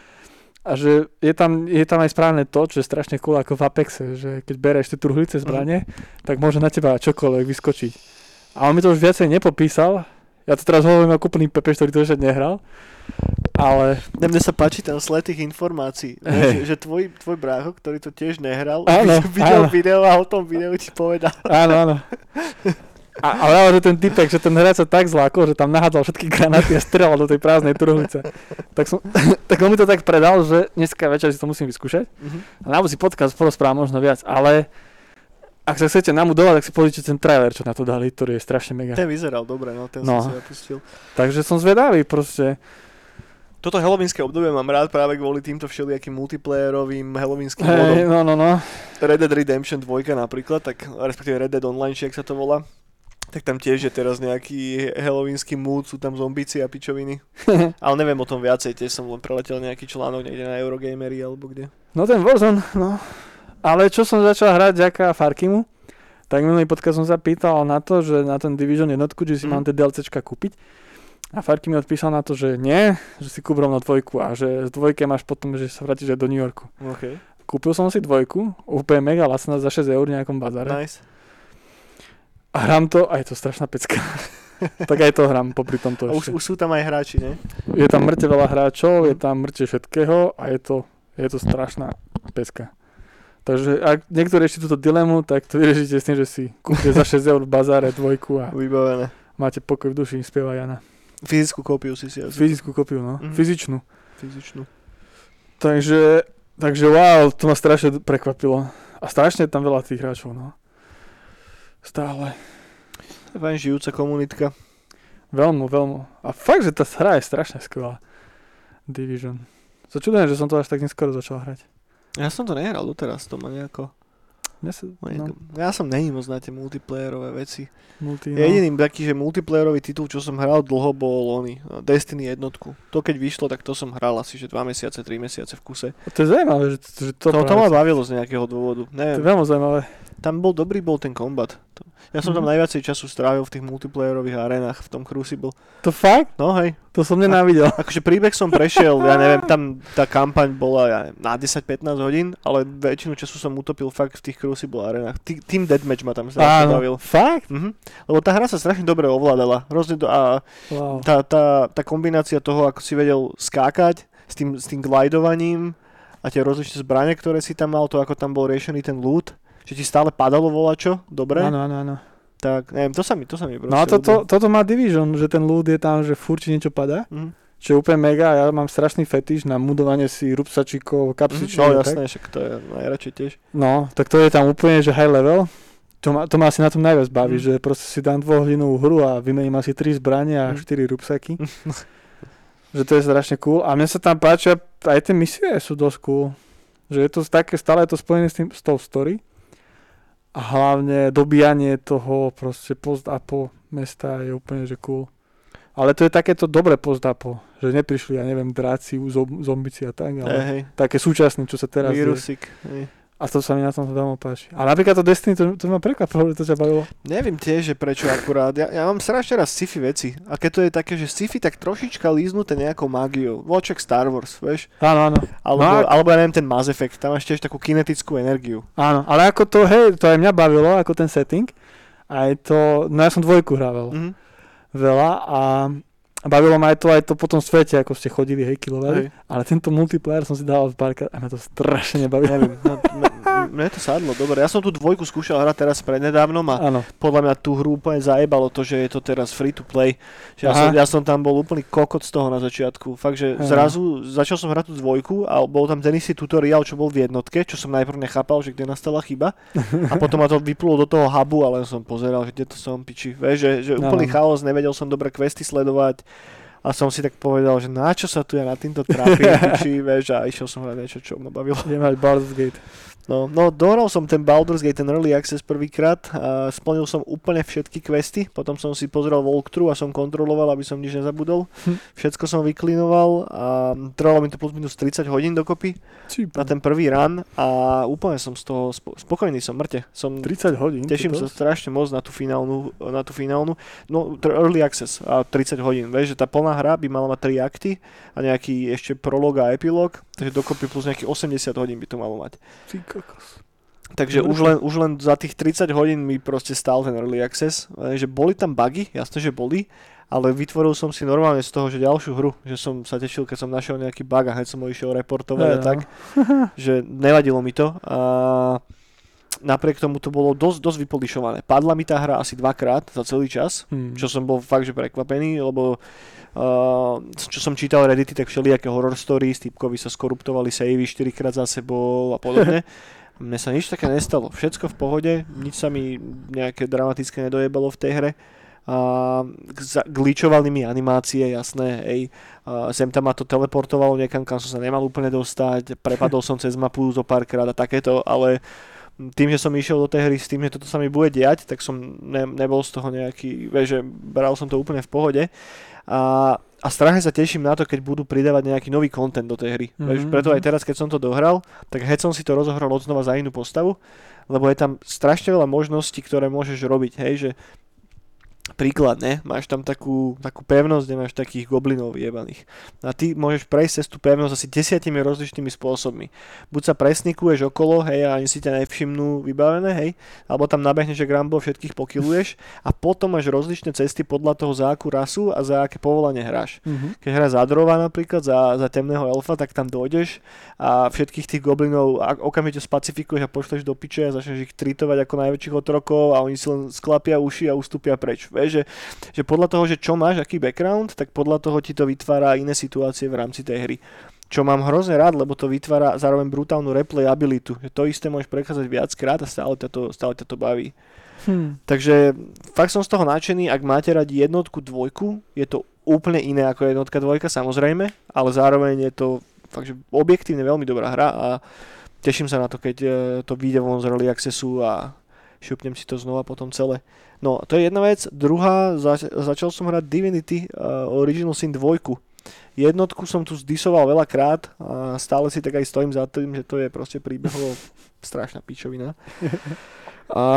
A že je tam, je tam aj správne to, čo je strašne cool ako v Apexe, že keď bereš tie truhlice zbrane, mm-hmm. tak môže na teba čokoľvek vyskočiť. A on mi to už viacej nepopísal. Ja to teraz hovorím ako úplný Pepeš, ktorý to ešte nehral. Ale... Mne sa páči ten sled tých informácií. Hey. Že, že tvoj, tvoj brácho, ktorý to tiež nehral, áno, videl áno. video a o tom videu ti povedal. Áno, áno. A, ale ale že ten typek, že ten hráč sa tak zlákol, že tam nahádzal všetky granáty a strelal do tej prázdnej truhlice. Tak, som, tak on mi to tak predal, že dneska večer si to musím vyskúšať. Mm-hmm. A na si podcast porozprávam možno viac, ale ak sa chcete namudovať, tak si pozrite ten trailer, čo na to dali, ktorý je strašne mega. Ten vyzeral dobre, no ten no. som si opustil. Takže som zvedavý proste. Toto halloweenské obdobie mám rád práve kvôli týmto všelijakým multiplayerovým halloweenským hey, modom. No, no, no. Red Dead Redemption dva napríklad, tak, respektíve Red Dead Online, či ak sa to volá. Tak tam tiež je teraz nejaký halloweenský mood, sú tam zombici a pičoviny. Ale neviem o tom viacej, tiež som len preletel nejaký článok niekde na Eurogamery alebo kde. No ten Warzone, no. Ale čo som začal hrať ďaká Farkimu, tak minulý podcast som sa pýtal na to, že na ten Division jednotku, že si mm. mám tie DLCčka kúpiť. A Farky mi odpísal na to, že nie, že si kúp rovno dvojku a že z dvojke máš potom, že sa vrátiš aj do New Yorku. Okay. Kúpil som si dvojku, úplne mega lacná za šesť eur v nejakom bazare. Nice. A hrám to a je to strašná pecka. Tak aj to hrám popri tomto ešte. Už, už sú tam aj hráči, ne? Je tam mŕte veľa hráčov, je tam mŕte všetkého a je to, je to strašná pecka. Takže ak niektorí ešte túto dilemu, tak to vyriešite s tým, že si kúpte za šesť eur v bazáre dvojku a vybavené. Máte pokoj v duši, spieva Jana. Fyzickú kópiu si si. Fyzickú kópiu, no. Mm-hmm. Fyzičnú. Fyzičnú. Takže, takže wow, to ma strašne prekvapilo. A strašne tam veľa tých hráčov, no. Stále. To je fajn žijúca komunitka. Veľmi, veľmi. A fakt, že tá hra je strašne skvelá. Division. Začudujem, že som to až tak neskoro začal hrať. Ja som to nehral doteraz, to ma nejako... Ja, sa, no. ja som není moc na tie multiplayerové veci. Multi, no. Jediným taký, že multiplayerový titul, čo som hral dlho, bol oný, Destiny jednotku. To keď vyšlo, tak to som hral asi, že dva mesiace, tri mesiace v kuse. To je zaujímavé, že, že to... To, to ma bavilo z nejakého dôvodu. Neviem. To je veľmi zaujímavé. Tam bol dobrý bol ten kombat. To to. Ja som tam najviacej času strávil v tých multiplayerových arenách v tom Crucible. To fakt? No hej. To som nenávidel. A, akože príbeh som prešiel, ja neviem, tam tá kampaň bola ja neviem, na desať pätnásť hodín, ale väčšinu času som utopil fakt v tých Crucible arenách. T- Team Deathmatch ma tam strašne bavil. Fakt? Mhm. Lebo tá hra sa strašne dobre ovládala. Hrozne do, a Wow. tá, tá, tá kombinácia toho, ako si vedel skákať s tým, s tým glidovaním a tie rozličné zbrane, ktoré si tam mal, to ako tam bol riešený ten loot, že ti stále padalo volačo, dobre? Áno, áno, áno. Tak, neviem, to sa mi, to sa mi proste No a to, to, ľúbilo. toto má Division, že ten loot je tam, že furt ti niečo padá. Mhm. Čo je úplne mega, ja mám strašný fetiš na mudovanie si rupsačikov, Mhm. kapsičiek. No a tak. jasné, však to je najradšej tiež. No, tak to je tam úplne, že high level. To ma, to ma asi na tom najviac baví, Mm. že proste si dám dvojhodinovú hru a vymením asi tri zbranie a Mm. štyri rupsaky. Že to je strašne cool. A mne sa tam páčia, aj tie misie sú dosť cool. Že je to také, stále je to spojené s, tým, s tou story. A hlavne dobíjanie toho proste post-apo mesta je úplne, že cool. Ale to je takéto dobré post-apo, že neprišli, ja neviem, dráci, zom- zombici a tak, ale Hej, hej. také súčasné, čo sa teraz deje. Vírusik. Hej. A to sa mi na tom veľmi páči. A napríklad to Destiny, to, to ma prekvapilo, že to ťa bavilo. Neviem tiež, že prečo akurát. Ja, ja mám strašne raz sci-fi veci. A keď to je také, že sci-fi tak trošička líznuté nejakou mágiou. Voček Star Wars, vieš? Áno, áno. Alebo, No a- alebo ja neviem, ten Mass Effect. Tam máš tiež takú kinetickú energiu. Áno, ale ako to, hej, to aj mňa bavilo, ako ten setting. Aj to, no ja som dvojku hrával Mhm. veľa a a bavilo ma aj to, aj to po tom svete, ako ste chodili, hej, kilovali. Hej. Ale tento multiplayer som si dával párkrát a mňa to strašne nebavilo. Neviem, no, m- mne to sadlo, dobre. Ja som tú dvojku skúšal hrať teraz prednedávnom a Áno. podľa mňa tú hru úplne zajebalo to, že je to teraz free to play. Že ja, Aha. som, ja som tam bol úplný kokot z toho na začiatku. Fakt, že Aha. zrazu začal som hrať tú dvojku a bol tam ten istý tutoriál, čo bol v jednotke, čo som najprv nechápal, že kde nastala chyba. A potom ma to vyplulo do toho hubu, ale som pozeral, že kde to som piči. Vieš, že, že úplný Áno. chaos, nevedel som dobre questy sledovať. A som si tak povedal, že na čo sa tu ja na týmto trápim, piči, vieš, a išiel som hrať niečo, čo ma bavilo. Idem mať Baldur's Gate. No, no dohral som ten Baldur's Gate, ten Early Access prvýkrát a splnil som úplne všetky questy, potom som si pozrel walkthrough a som kontroloval, aby som nič nezabudol. Hm. Všetko som vyklinoval a trvalo mi to plus minus tridsať hodín dokopy na ten prvý run a úplne som z toho spo- spokojný, som mŕte. Som, tridsať hodín. teším to sa dosť? strašne moc na tú finálnu, na tú finálnu, no tr- Early Access a tridsať hodín, vieš, že tá plná hra by mala mať tri akty a nejaký ešte prolog a epilóg, takže dokopy plus nejakých osemdesiat hodín by to malo mať. Ty kokos. Takže Dobre. už len, už len za tých tridsať hodín mi proste stál ten Early Access, e, že boli tam bugy, jasné, že boli, ale vytvoril som si normálne z toho, že ďalšiu hru, že som sa tešil, keď som našiel nejaký bug a hneď som ho išiel reportovať Ja, a no. tak, že nevadilo mi to a napriek tomu to bolo dosť, dosť vypolišované. Padla mi tá hra asi dvakrát za celý čas, Hmm. čo som bol fakt, že prekvapený, lebo uh, čo som čítal Reddity, tak všelijaké horror stories, typkovi sa skoruptovali savey štyrikrát za sebou a podobne. Mne sa nič také nestalo, všetko v pohode, nič sa mi nejaké dramatické nedojebalo v tej hre. A uh, glitchovali mi animácie, jasné, hej, uh, sem tam ma to teleportovalo niekam, kam som sa nemal úplne dostať, prepadol som cez mapu zo párkrát a takéto, ale tým, že som išiel do tej hry s tým, že toto sa mi bude diať, tak som ne, nebol z toho nejaký, vieš, že bral som to úplne v pohode. A, a strašne sa teším na to, keď budú pridávať nejaký nový content do tej hry. Mm-hmm. Vieš, preto aj teraz, keď som to dohral, tak hneď som si to rozohral odznova za inú postavu, lebo je tam strašne veľa možností, ktoré môžeš robiť, hej, že príklad, ne? Máš tam takú, takú pevnosť, kde máš takých goblinov jebaných. A ty môžeš prejsť cez tú pevnosť asi desiatimi rozličnými spôsobmi. Buď sa presnikuješ okolo, hej, a ani si ťa nevšimnú vybavené, hej, alebo tam nabehneš, že Grambo všetkých pokiluješ a potom máš rozličné cesty podľa toho, za akú rasu a za aké povolanie hráš. Mhm. Keď hráš za drova napríklad, za, za temného elfa, tak tam dojdeš a všetkých tých goblinov a- okamžite spacifikuješ a pošleš do piče a začneš ich tritovať ako najväčších otrokov a oni si len sklapia uši a ustúpia preč. Vieš, že, že podľa toho, že čo máš, aký background, tak podľa toho ti to vytvára iné situácie v rámci tej hry. Čo mám hrozne rád, lebo to vytvára zároveň brutálnu replayabilitu. Že to isté môžeš prechádzať viackrát a stále ťa to, stále ťa to baví. Hm. Takže fakt som z toho nadšený, ak máte radi jednotku, dvojku, je to úplne iné ako jednotka, dvojka, samozrejme, ale zároveň je to fakt, že objektívne veľmi dobrá hra a teším sa na to, keď e, to vyjde von z Early Accessu a šupnem si to znova potom celé. No, to je jedna vec. Druhá, zač- začal som hrať Divinity uh, Original Sin dva. Jednotku som tu zdisoval veľakrát a stále si tak aj stojím za tým, že to je proste príbehovo strašná pičovina. A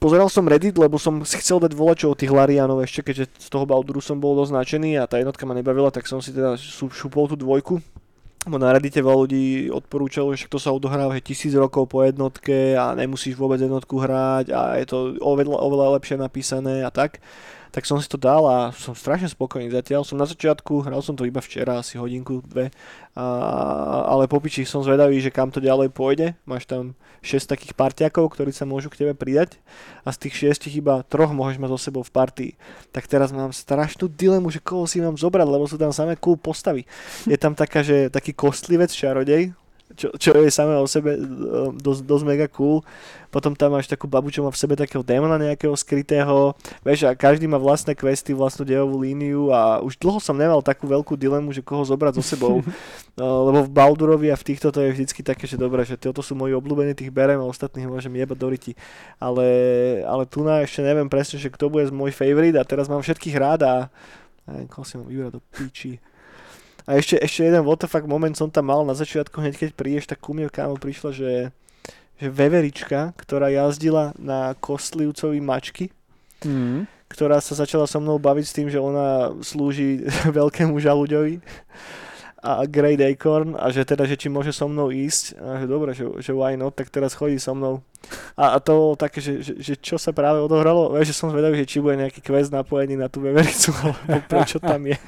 pozeral som Reddit, lebo som si chcel dať volačo od tých Larianov ešte, keďže z toho Balduru som bol dosť nadšený a tá jednotka ma nebavila, tak som si teda šupol tú dvojku. Bo na Reddite veľa ľudí odporúčalo, že to sa odohráva tisíc rokov po jednotke a nemusíš vôbec jednotku hrať a je to oveľa, oveľa lepšie napísané a tak. Tak som si to dal a som strašne spokojný zatiaľ. Som na začiatku, hral som to iba včera, asi hodinku, dve, a, ale po piči som zvedavý, že kam to ďalej pôjde. Máš tam šesť takých parťakov, ktorí sa môžu k tebe pridať a z tých šiestich iba troch môžeš mať so sebou v partii. Tak teraz mám strašnú dilemu, že koho si mám zobrať, lebo sú tam samé cool postavy. Je tam taká, že taký kostlivec čarodej, Čo, čo je samé o sebe dosť, dosť mega cool. Potom tam máš takú babu, čo má v sebe takého démona nejakého skrytého. Vieš, a každý má vlastné questy, vlastnú dejovú líniu a už dlho som nemal takú veľkú dilemu, že koho zobrať so sebou. Lebo v Baldurovi a v týchto to je vždycky také, že dobré, že toto sú moji obľúbení, tých berem a ostatných môžem jebať do ryti. Ale, ale tu na ešte neviem presne, že kto bude môj favorite a teraz mám všetkých rád a neviem, koho si mám vybrať do píči. A ešte, ešte jeden what the fuck moment som tam mal na začiatku, hneď keď prídeš, tak ku mne kámo prišla, že, že veverička, ktorá jazdila na kostlivcovi mačky, mm. ktorá sa začala so mnou baviť s tým, že ona slúži veľkému žalúďovi a Great Acorn a že teda, že či môže so mnou ísť a že dobre, že, že why not, tak teraz chodí so mnou. A, a to také, že, že, že čo sa práve odohralo, vieš, že som zvedavý, že či bude nejaký quest napojený na tú vevericu, alebo prečo tam je.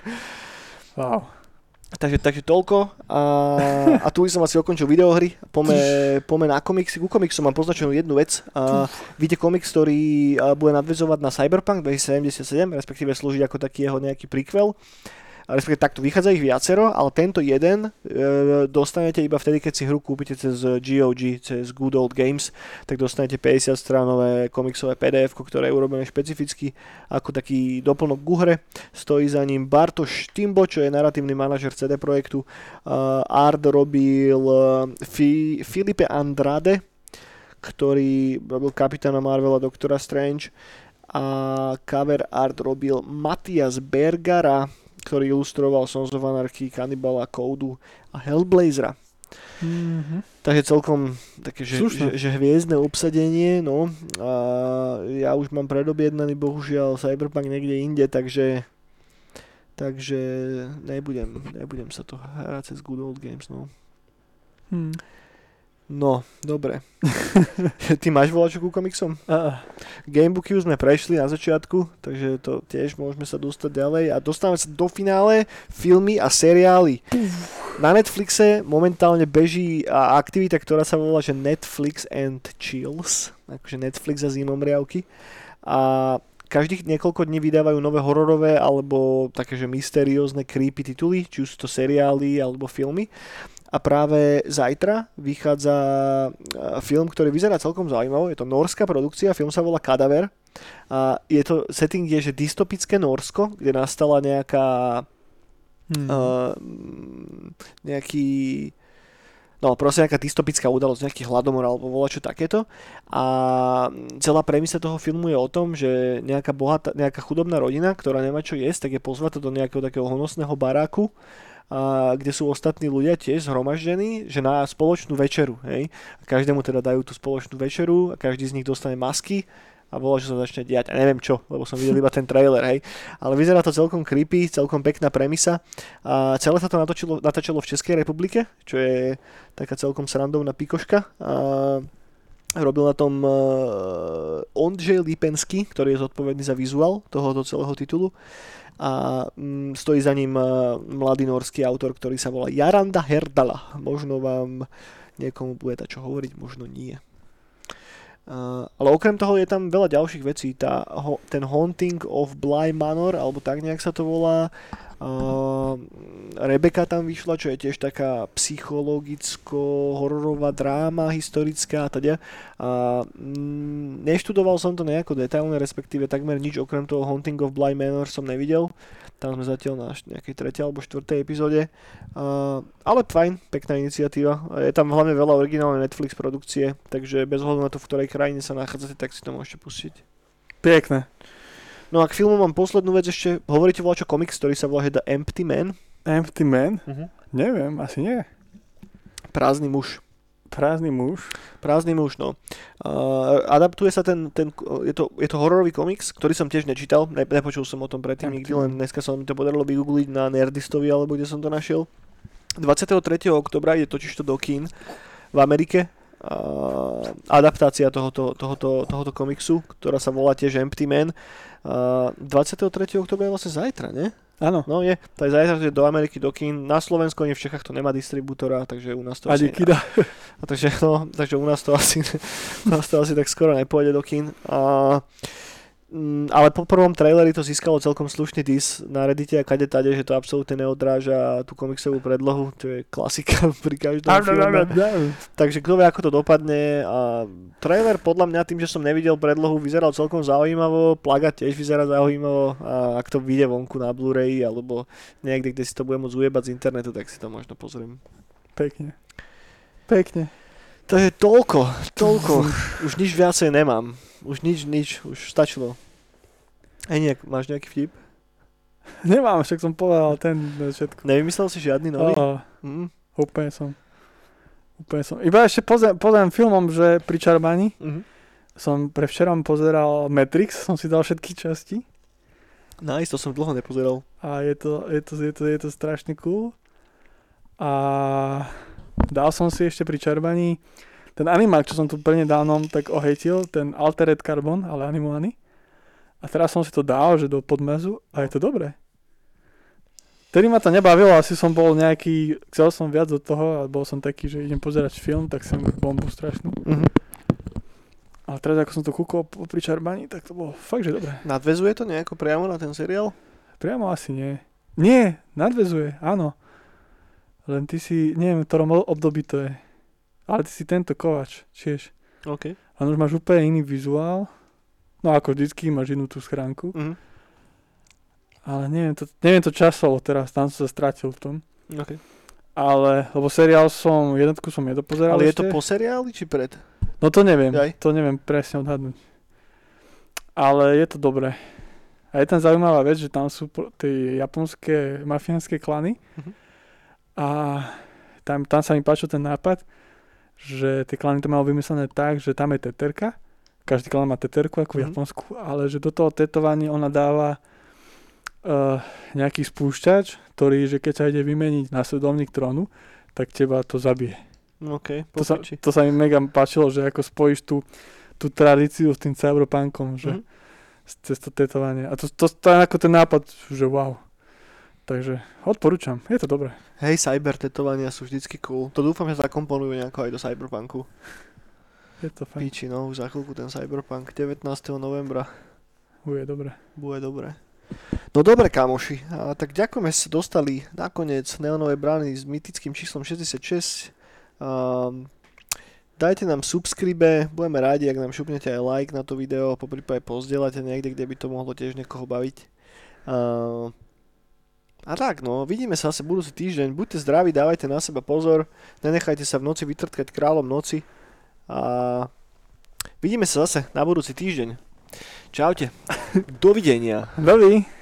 Wow. Takže, takže toľko a, a tu som asi ukončil videohry, poďme, poďme na komiksy. Ku komiksom mám poznačenú jednu vec. A, vidíte komiks, ktorý a, bude nadväzovať na Cyberpunk dvetisícsedemdesiatsedem, respektíve slúžiť ako taký jeho nejaký prequel. A respektíve takto vychádza ich viacero, ale tento jeden e, dostanete iba vtedy, keď si hru kúpite cez G O G, cez Good Old Games, tak dostanete päťdesiat stránové komiksové pé dé ef, ktoré je urobené špecificky ako taký doplnok k hre. Stojí za ním Bartoš Timbo, čo je naratívny manažer cé dé Projektu. Uh, art robil uh, Fi- Filipe Andrade, ktorý robil Kapitána Marvela, Doktora Strange, a cover art robil Matias Bergara, ktorý ilustroval Sons of Anarchy, Cannibala, Koudu a Hellblazera. Mm-hmm. Takže celkom také, že, že, že hviezdne obsadenie, no. A ja už mám predobjednaný, bohužiaľ, Cyberpunk niekde inde, takže takže nebudem, nebudem sa to hrať cez Good Old Games, no. Hmm. No, dobre. Ty máš volačo ku komiksom? Uh. Gamebooky už sme prešli na začiatku, takže to tiež môžeme sa dostať ďalej a dostávame sa do finále filmy a seriály. Na Netflixe momentálne beží aktivita, ktorá sa volá, že Netflix and Chills, akože Netflix a zimomriavky. A každých niekoľko dní vydávajú nové hororové alebo takéže mysteriózne creepy tituly, či už sú to seriály alebo filmy. A práve zajtra vychádza film, ktorý vyzerá celkom zaujímaво. Je to norská produkcia, film sa volá Kadaver. A je to, setting je, že dystopické Norsko, kde nastala nejaká hmm. uh, nejaký no proste nejaká dystopická udalosť, nejaký hladomor alebo volačo takéto. A celá premisa toho filmu je o tom, že nejaká bohatá, nejaká chudobná rodina, ktorá nemá čo jesť, tak je pozvatá do nejakého takého honosného baráku, a kde sú ostatní ľudia tiež zhromaždení, že na spoločnú večeru, hej. A každému teda dajú tú spoločnú večeru a každý z nich dostane masky a volá, že sa začne diať. A neviem čo, lebo som videl iba ten trailer, hej. Ale vyzerá to celkom creepy, celkom pekná premisa. A celé sa to natočilo, natáčalo v Českej republike, čo je taká celkom srandovná pikoška. A robil na tom uh, Ondřej Lipenský, ktorý je zodpovedný za vizuál tohoto celého titulu. A mm, stojí za ním uh, mladý norský autor, ktorý sa volá Jaranda Herdala. Možno vám niekomu bude dať čo hovoriť, možno nie. Uh, ale okrem toho je tam veľa ďalších vecí. Tá, ho, ten Haunting of Bly Manor, alebo tak nejak sa to volá. Uh, Rebeka tam vyšla, čo je tiež taká psychologicko-hororová dráma, historická a teda. Uh, mm, neštudoval som to nejako detailne, respektíve takmer nič okrem toho Haunting of Bly Manor som nevidel. Tam sme zatiaľ na nejakej tretej alebo štvrtej epizóde. Uh, ale fajn, pekná iniciatíva. Je tam hlavne veľa originálnej Netflix produkcie, takže bez ohľadu na to, v ktorej krajine sa nachádzate, tak si to môžete pustiť. Pekné. No a k filmu mám poslednú vec ešte. Hovoríte voľačo komiks, ktorý sa volá The Empty Man? Empty Man? Uh-huh. Neviem, asi nie. Prázdny muž. Prázdny muž. Prázdny muž, no. Uh, adaptuje sa ten, ten je, to, je to hororový komiks, ktorý som tiež nečítal, ne, nepočul som o tom predtým nikdy, len dneska sa mi to podarilo vygoogliť na Nerdistovi, alebo kde som to našiel. dvadsiateho tretieho októbra ide totižto do kín v Amerike. Uh, adaptácia tohoto, tohoto, tohoto komiksu, ktorá sa volá tiež Empty Man. Uh, dvadsiateho tretieho októbra je vlastne zajtra, ne? Áno. No je, tak zajtra do Ameriky, do kín. Na Slovensku ani v Čechách to nemá distribútora, takže u nás to Ani asi... kida. A takže, no, takže u nás to asi, u nás to asi tak skoro nepôjde do kín. A, mm, ale po prvom traileri to získalo celkom slušný dis na Reddite a kade tade, že to absolútne neodráža tú komiksovú predlohu. To je klasika pri každom filme. Takže kto vie, ako to dopadne. A trailer podľa mňa tým, že som nevidel predlohu, vyzeral celkom zaujímavo. Plagát tiež vyzerá zaujímavo. A ak to vyjde vonku na Blu-ray alebo niekde, kde si to bude môcť ujebať z internetu, tak si to možno pozriem. Pekne. Pekne. To je toľko, toľko. Už nič viacej nemám. Už nič, nič. Už stačilo. Hej, nejak, máš nejaký vtip? Nemám, však som povedal ten na začiatku. Nevymyslel si žiadny nový? Oh, Mm. úplne som. Úplne som. Iba ešte pozerám, pozerám filmom, že pri čarbaní Mm-hmm. som pre včerom pozeral Matrix, som si dal všetky časti. Nice, to som dlho nepozeral. A je to, je to, je to, je to strašne cool. A dal som si ešte pri čerbaní ten animák, čo som tu prednedávnom tak ohejtil, ten Altered Carbon, ale animovaný. A teraz som si to dal, že do podmazu a je to dobré. Tedy ma to nebavilo, asi som bol nejaký, chcel som viac do toho a bol som taký, že idem pozerať film, tak som bombu strašnú. Mm-hmm. Ale teraz ako som to kúkol pri čerbaní, tak to bolo fakt, že dobré. Nadväzuje to nejako priamo na ten seriál? Priamo asi nie. Nie, nadväzuje, áno. Len ty si, neviem, v ktorom období to je. Ale ty si tento Kovač, tiež. OK. A už máš úplne iný vizuál. No ako vždycky máš inú tú schránku. Mm-hmm. Ale neviem to, neviem to časovo teraz, tam som sa stratil v tom. OK. Ale, lebo seriál som, jednotku som nedopozeral Ale ešte. je to po seriáli, či pred? No to neviem, Jaj. to neviem presne odhadnúť. Ale je to dobré. A je tam zaujímavá vec, že tam sú tie japonské mafiánske klany. Mm-hmm. A tam, tam sa mi páčil ten nápad, že tie klany to majú vymyslené tak, že tam je teterka. Každý klan má teterku ako v Mm-hmm. Japonsku, ale že do toho tetovania ona dáva uh, nejaký spúšťač, ktorý, že keď sa ide vymeniť následovník trónu, tak teba to zabije. OK, To sa, popiči. to sa mi mega páčilo, že ako spojíš tú, tú tradíciu s tým cyberpunkom, že Mm-hmm. cez to tetovanie. A to, to, to je ako ten nápad, že wow. Takže odporúčam, je to dobré. Hej, cyber tetovania sú vždycky cool. To dúfam, že zakomponujú nejako aj do cyberpunku. Je to fajn. Píči, no, už za chvíľku ten cyberpunk devätnásteho novembra. Bude dobré. Bude dobre. No dobre, kamoši. A tak ďakujeme, že ste dostali nakoniec Neonové brány s mytickým číslom šesťdesiatšesť. Um, dajte nám subscribe, budeme rádi, ak nám šupnete aj like na to video, poprípade pozdieľate niekde, kde by to mohlo tiež niekoho baviť. Uh, a tak, no, vidíme sa zase budúci týždeň. Buďte zdraví, dávajte na seba pozor, nenechajte sa v noci vytrtkať kráľom noci. A vidíme sa zase na budúci týždeň. Čaute. Dovidenia. Dobrý.